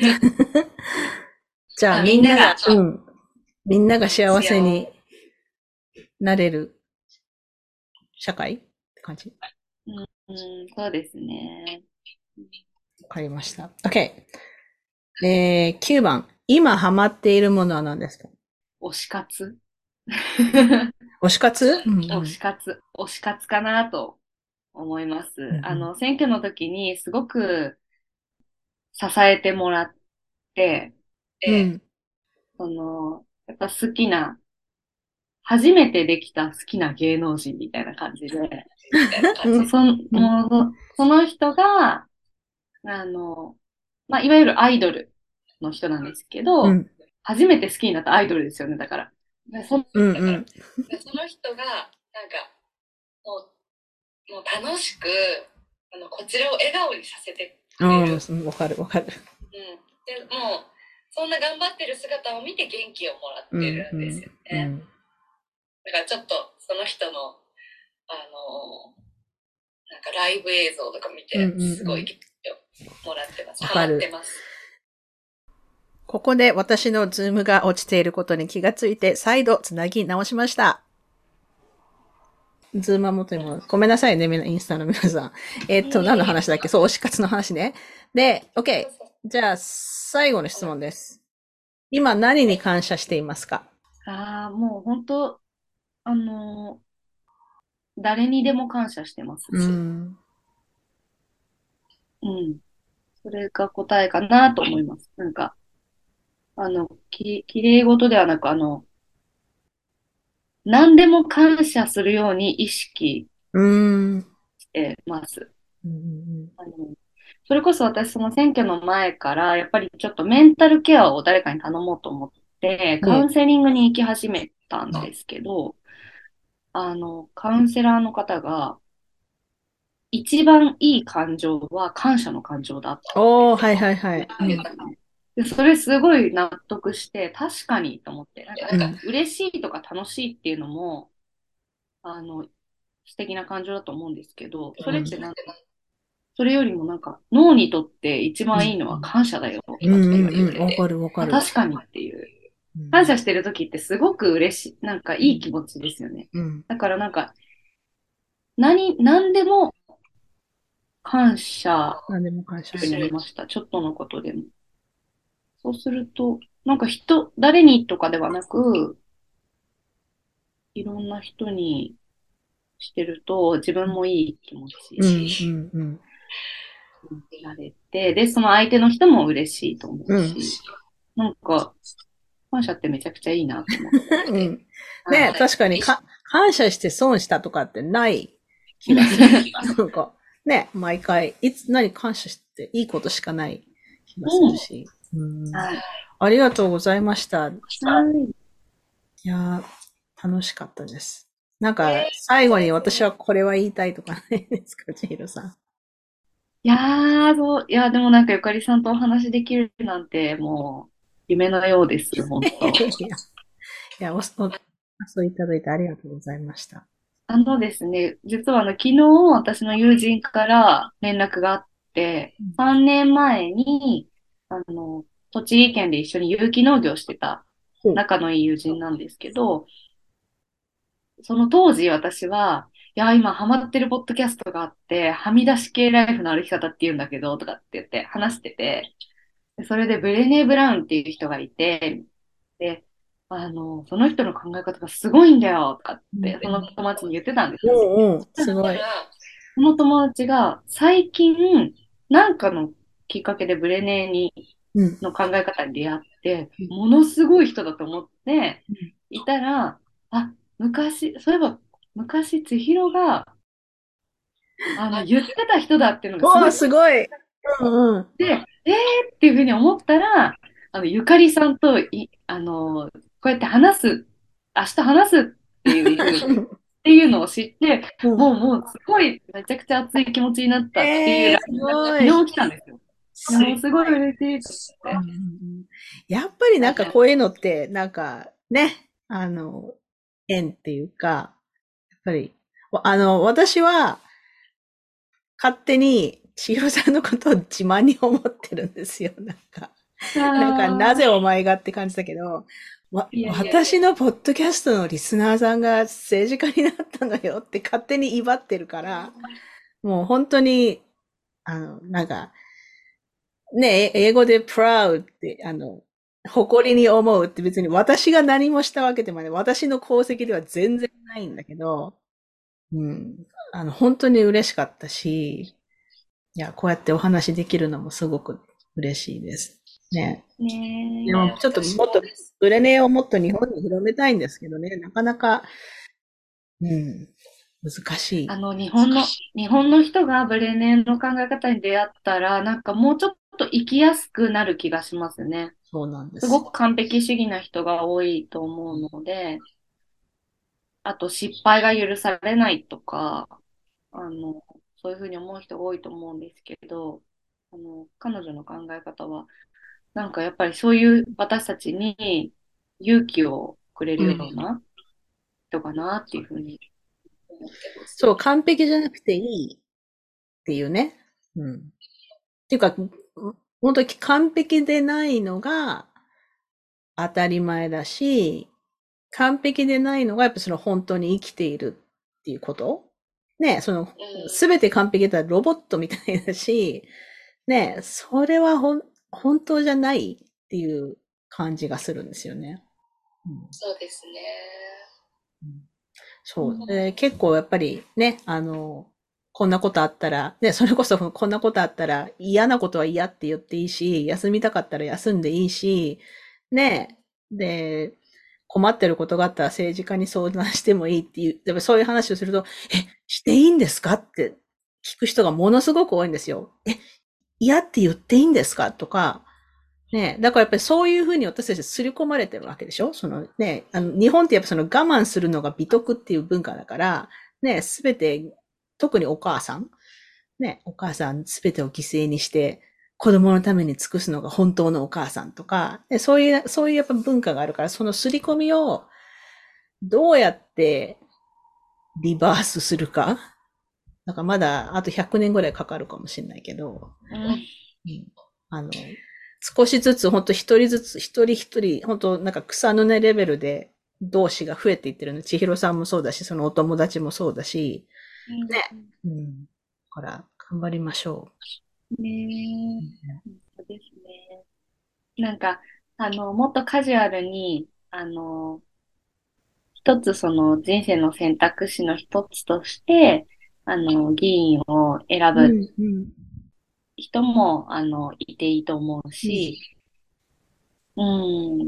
じゃあみんなが、みんなが幸せになれる社会って感じ。 そうですね。 わかりました。OK。9番。今ハマっているものは何ですか？ 推し活推し活？ 推し活かなと思います。 うん選挙の時にすごく支えてもらって、 うん。 やっぱ好きな、初めてできた好きな芸能人みたいな感じで、 うん。 その人が、あの、まあ、いわゆるアイドルの人なんですけど、 うん。 初めて好きになったアイドルですよね、だから。 うんうん。 その人が、なんか、もう楽しく、こちらを笑顔にさせてくれる。 わかるわかる。 でもう、そんな頑張ってる姿を見て元気をもらってるんですよね。だからちょっと、その人の、なんかライブ映像とか見て、すごい元気をもらってます。ハマってます。 ここで私のズームが落ちていることに気がついて、再度つなぎ直しました。ズームは元にも、ごめんなさいね、インスタの皆さん。何の話だっけ？そう、推し活の話ね。で、OK。じゃあ、最後の質問です。今何に感謝していますか？ もう本当、誰にでも感謝してます。それが答えかなと思います。なんか、綺麗事ではなく、何でも感謝するように意識してます。それこそ私、その選挙の前から、やっぱりちょっとメンタルケアを誰かに頼もうと思って、カウンセリングに行き始めたんですけど、カウンセラーの方が、一番いい感情は感謝の感情だって。 はいはいはい。 でそれすごい納得して、確かにと思って、なんか嬉しいとか楽しいっていうのも、素敵な感情だと思うんですけど、それってなんか、それよりもなんか、脳にとって一番いいのは感謝だよ、とかって言われて、 わかるわかる。 確かにっていう。感謝してる時ってすごく嬉しい、なんかいい気持ちですよね。だからなんか、何でも感謝になりました。ちょっとのことでも。そうすると、なんか誰にとかではなく、いろんな人にしてると自分もいい気持ちになれて、で、その相手の人も嬉しいと思うし、なんか、感謝ってめちゃくちゃいいなと思って。 ね、確かに感謝して損したとかってない気がする。なんか、ね、毎回、何感謝していいことしかない気がするし。ありがとうございました。いや楽しかったです。なんか、最後に私はこれは言いたいとかないですか、千尋さん。 いや、でもなんかゆかりさんとお話できるなんて、もう、夢のようです、本当。 そういただいてありがとうございました。 ですね、実は昨日私の友人から連絡があって、3年前に、栃木県で一緒に有機農業してた仲のいい友人なんですけど、その当時私は、いや、今ハマってるポッドキャストがあって、はみ出し系ライフの歩き方って言うんだけど、とかって言って話してて、それでブレネー・ブラウンっていう人がいて、で、その人の考え方がすごいんだよ、とかって、その友達に言ってたんですよ。 すごい。 その友達が最近、なんかのきっかけでブレネーの考え方に出会って、ものすごい人だと思っていたら、そういえば昔、千尋が、言ってた人だっていうのがすごい。 で、っていうふうに思ったら、ゆかりさんとこうやって明日話すっていうのを知って、もうすごい、めちゃくちゃ熱い気持ちになったっていう、昨日来たんですよ。もうすごい嬉しいと思って。 やっぱりなんかこういうのって、なんかね、 縁っていうか、やっぱり、私は、勝手に、千尋さんのことを自慢に思ってるんですよ、なんか。なああ、 ぜお前がって感じだけど、 いやいやいや。 私のポッドキャストのリスナーさんが政治家になったのよって勝手に威張ってるから、もう本当に、なんか、ね、英語で proud って、誇りに思うって別に私が何もしたわけでもない。私の功績では全然ないんだけど、うん。本当に嬉しかったし、いや、こうやってお話できるのもすごく嬉しいです。ね。でねも、ちょっともっと、ブレネーをもっと日本に広めたいんですけどね、なかなか、うん、難しい。 日本の人がブレネの考え方に出会ったら、なんかもうちょっと生きやすくなる気がしますね。 そうなんですす。 ごく完璧主義な人が多いと思うので、あと失敗が許されないとか、そういうふうに思う人が多いと思うんですけど、彼女の考え方は、なんかやっぱりそういう私たちに勇気をくれるようん。 うな人かなっていうふうに思ってます。 そう、完璧じゃなくていいっていうね。うん。っていうか、本当に完璧でないのが当たり前だし、完璧でないのがやっぱその本当に生きているっていうことね、すべて完璧だったらロボットみたいだし、ね、それは本当じゃないっていう感じがするんですよね。 そうですね。 うん、そう。結構やっぱりね、こんなことあったら、ね、それこそこんなことあったら嫌なことは嫌って言っていいし、休みたかったら休んでいいし、ね、で、困ってることがあったら政治家に相談してもいいっていう、やっぱそういう話をすると、していいんですかって聞く人がものすごく多いんですよ。嫌って言っていいんですかとか、ね、だからやっぱりそういうふうに私たち刷り込まれてるわけでしょ。日本ってやっぱその我慢するのが美徳っていう文化だから、ね、すべて、特にお母さん、ね、お母さんすべてを犠牲にして、子供のために尽くすのが本当のお母さんとか、そういうやっぱ文化があるから、その刷り込みをどうやってリバースするか。なんかまだあと100年ぐらいかかるかもしれないけど、 うん、 うん、あの、少しずつ、本当一人ずつ、一人一人、本当なんか草の根レベルで同士が増えていってるの。千尋さんもそうだし、そのお友達もそうだし、ね。うん。ほら、頑張りましょねえ、 う。 そうですね。なんか、もっとカジュアルに、一つその人生の選択肢の一つとして、議員を選ぶうん、うん、 人も、いていいと思ううん。 し、うん、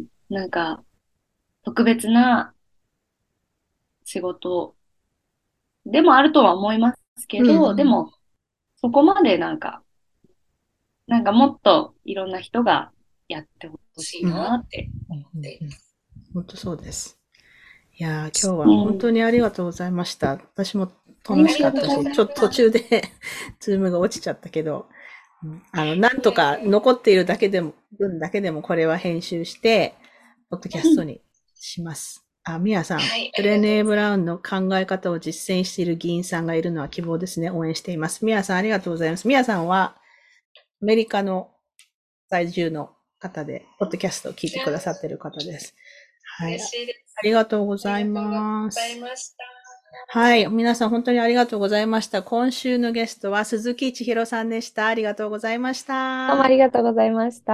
なんか、特別な仕事でもあるとは思いますけうん、 ど、でうん。 も、そこまでなんかもっといろんな人がやってほしいうん、 なってうん、 思っていうん。 ます。 本当そうです。いやー、今日は本うん。 当にありがとうございました。私も楽ありがしかったし、 とうございまちょっと途す。 中でズームが落ちちゃったけど、なんとか残っている分だけでもこれは編集して、ポッドキャストにします。ミヤさん、ブレネー・ブラウンの考え方を実践している議員さんがいるのは希望ですね。応援しています。ミヤさん、ありがとうございます。ミヤさんは、アメリカの在住の方で、ポッドキャストを聞いてくださっている方です。はい。 嬉しいです。 ありがとうございありがとうごまざいす。 ました。 はい。皆さん本当にありがとうございました。今週のゲストは鈴木千尋さんでした。ありがとうございましどうもあた。 りがとうございました。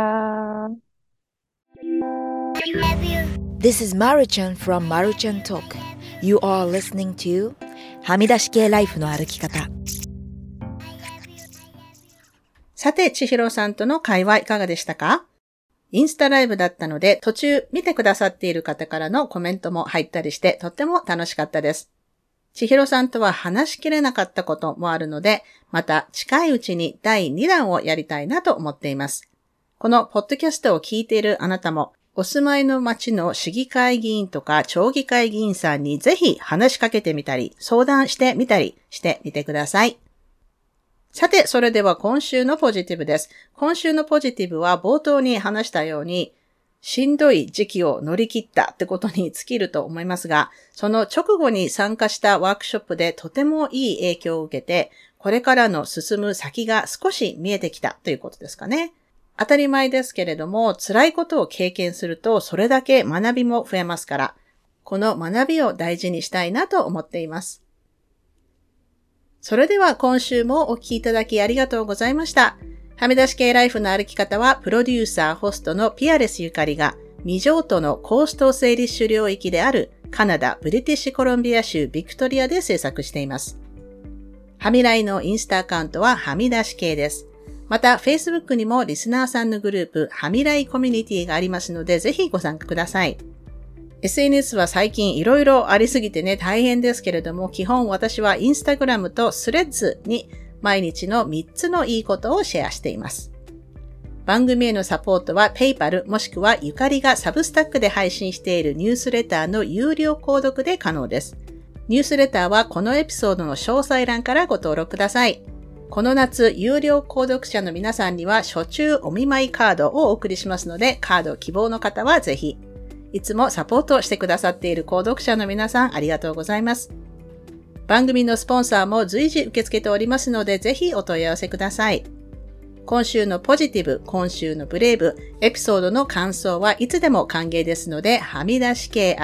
This is Maruchan from Maruchan Talk. You are listening to はみ出し系ライフの歩き方。 さて、千尋さんとの会話いかがでしたか？インスタライブだったので、途中見てくださっている方からのコメントも入ったりして、とっても楽しかったです。千尋さんとは話しきれなかったこともあるので、また近いうちに第2弾をやりたいなと思っています。このポッドキャストを聞いているあなたも、お住まいの町の市議会議員とか町議会議員さんにぜひ話しかけてみたり、相談してみたりしてみてください。さて、それでは今週のポジティブです。今週のポジティブは冒頭に話したように、 しんどい時期を乗り切ったってことに尽きると思いますが、その直後に参加したワークショップでとてもいい影響を受けて、これからの進む先が少し見えてきたということですかね。当たり前ですけれども、辛いことを経験するとそれだけ学びも増えますから、この学びを大事にしたいなと思っています。それでは今週もお聞きいただきありがとうございました。はみ出し系ライフの歩き方は、プロデューサー、ホストのピアレスゆかりが、未譲渡のコーストセーリッシュ領域であるカナダ・ブリティッシュコロンビア州ビクトリアで制作しています。はみらいのインスタアカウントははみ出し系です。また、Facebook にもリスナーさんのグループ、はみらいコミュニティがありますので、ぜひご参加ください。SNS は最近いろいろありすぎてね、大変ですけれども、基本私はインスタグラムとスレッズに毎日の3つのいいことをシェアしています。番組へのサポートは PayPal もしくはゆかりがサブスタックで配信しているニュースレターの有料購読で可能です。ニュースレターはこのエピソードの詳細欄からご登録ください。この夏、有料購読者の皆さんには初中お見舞いカードをお送りしますので、カード希望の方はぜひ。いつもサポートしてくださっている購読者の皆さんありがとうございます。番組のスポンサーも随時受け付けておりますので、ぜひお問い合わせください。今週のポジティブ、今週のブレイブ、エピソードの感想はいつでも歓迎ですので、はみ出し系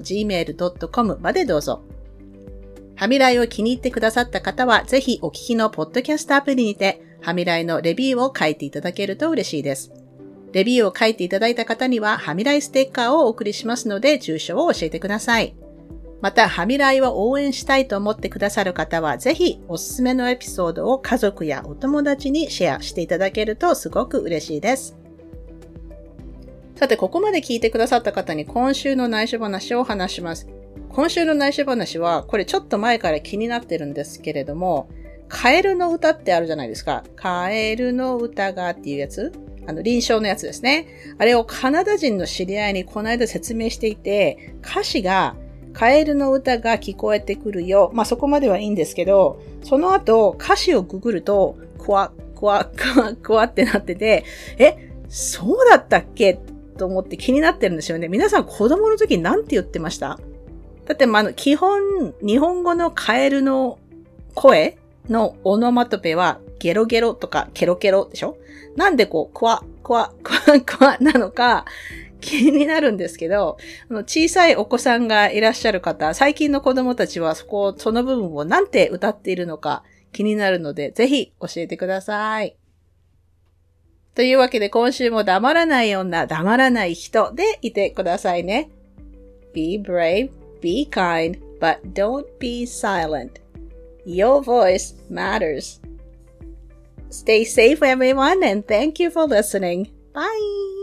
@gmail.com までどうぞ。はみらいを気に入ってくださった方は、ぜひお聞きのポッドキャストアプリにて、はみらいのレビューを書いていただけると嬉しいです。レビューを書いていただいた方には、はみらいステッカーをお送りしますので、住所を教えてください。また、はみらいを応援したいと思ってくださる方は、ぜひおすすめのエピソードを家族やお友達にシェアしていただけるとすごく嬉しいです。さて、ここまで聞いてくださった方に今週の内緒話を話します。今週の内緒話は、これちょっと前から気になってるんですけれども、カエルの歌ってあるじゃないですか。カエルの歌がっていうやつ。臨床のやつですね。あれをカナダ人の知り合いにこの間説明していて、歌詞が、カエルの歌が聞こえてくるよ。まあ、そこまではいいんですけど、その後歌詞をググると、クワってなってて、そうだったっけと思って気になってるんですよね。皆さん子供の時なんて言ってました？だって基本、日本語のカエルの声のオノマトペはゲロゲロとかケロケロでしょ？なんでクワなのか、気になるんですけど、小さいお子さんがいらっしゃる方、最近の子供たちはその部分をなんて歌っているのか気になるので、ぜひ教えてください。というわけで今週も黙らない女、黙らない人でいてくださいね。Be brave, be kind, but don't be silent. Your voice matters. Stay safe everyone and thank you for listening. Bye!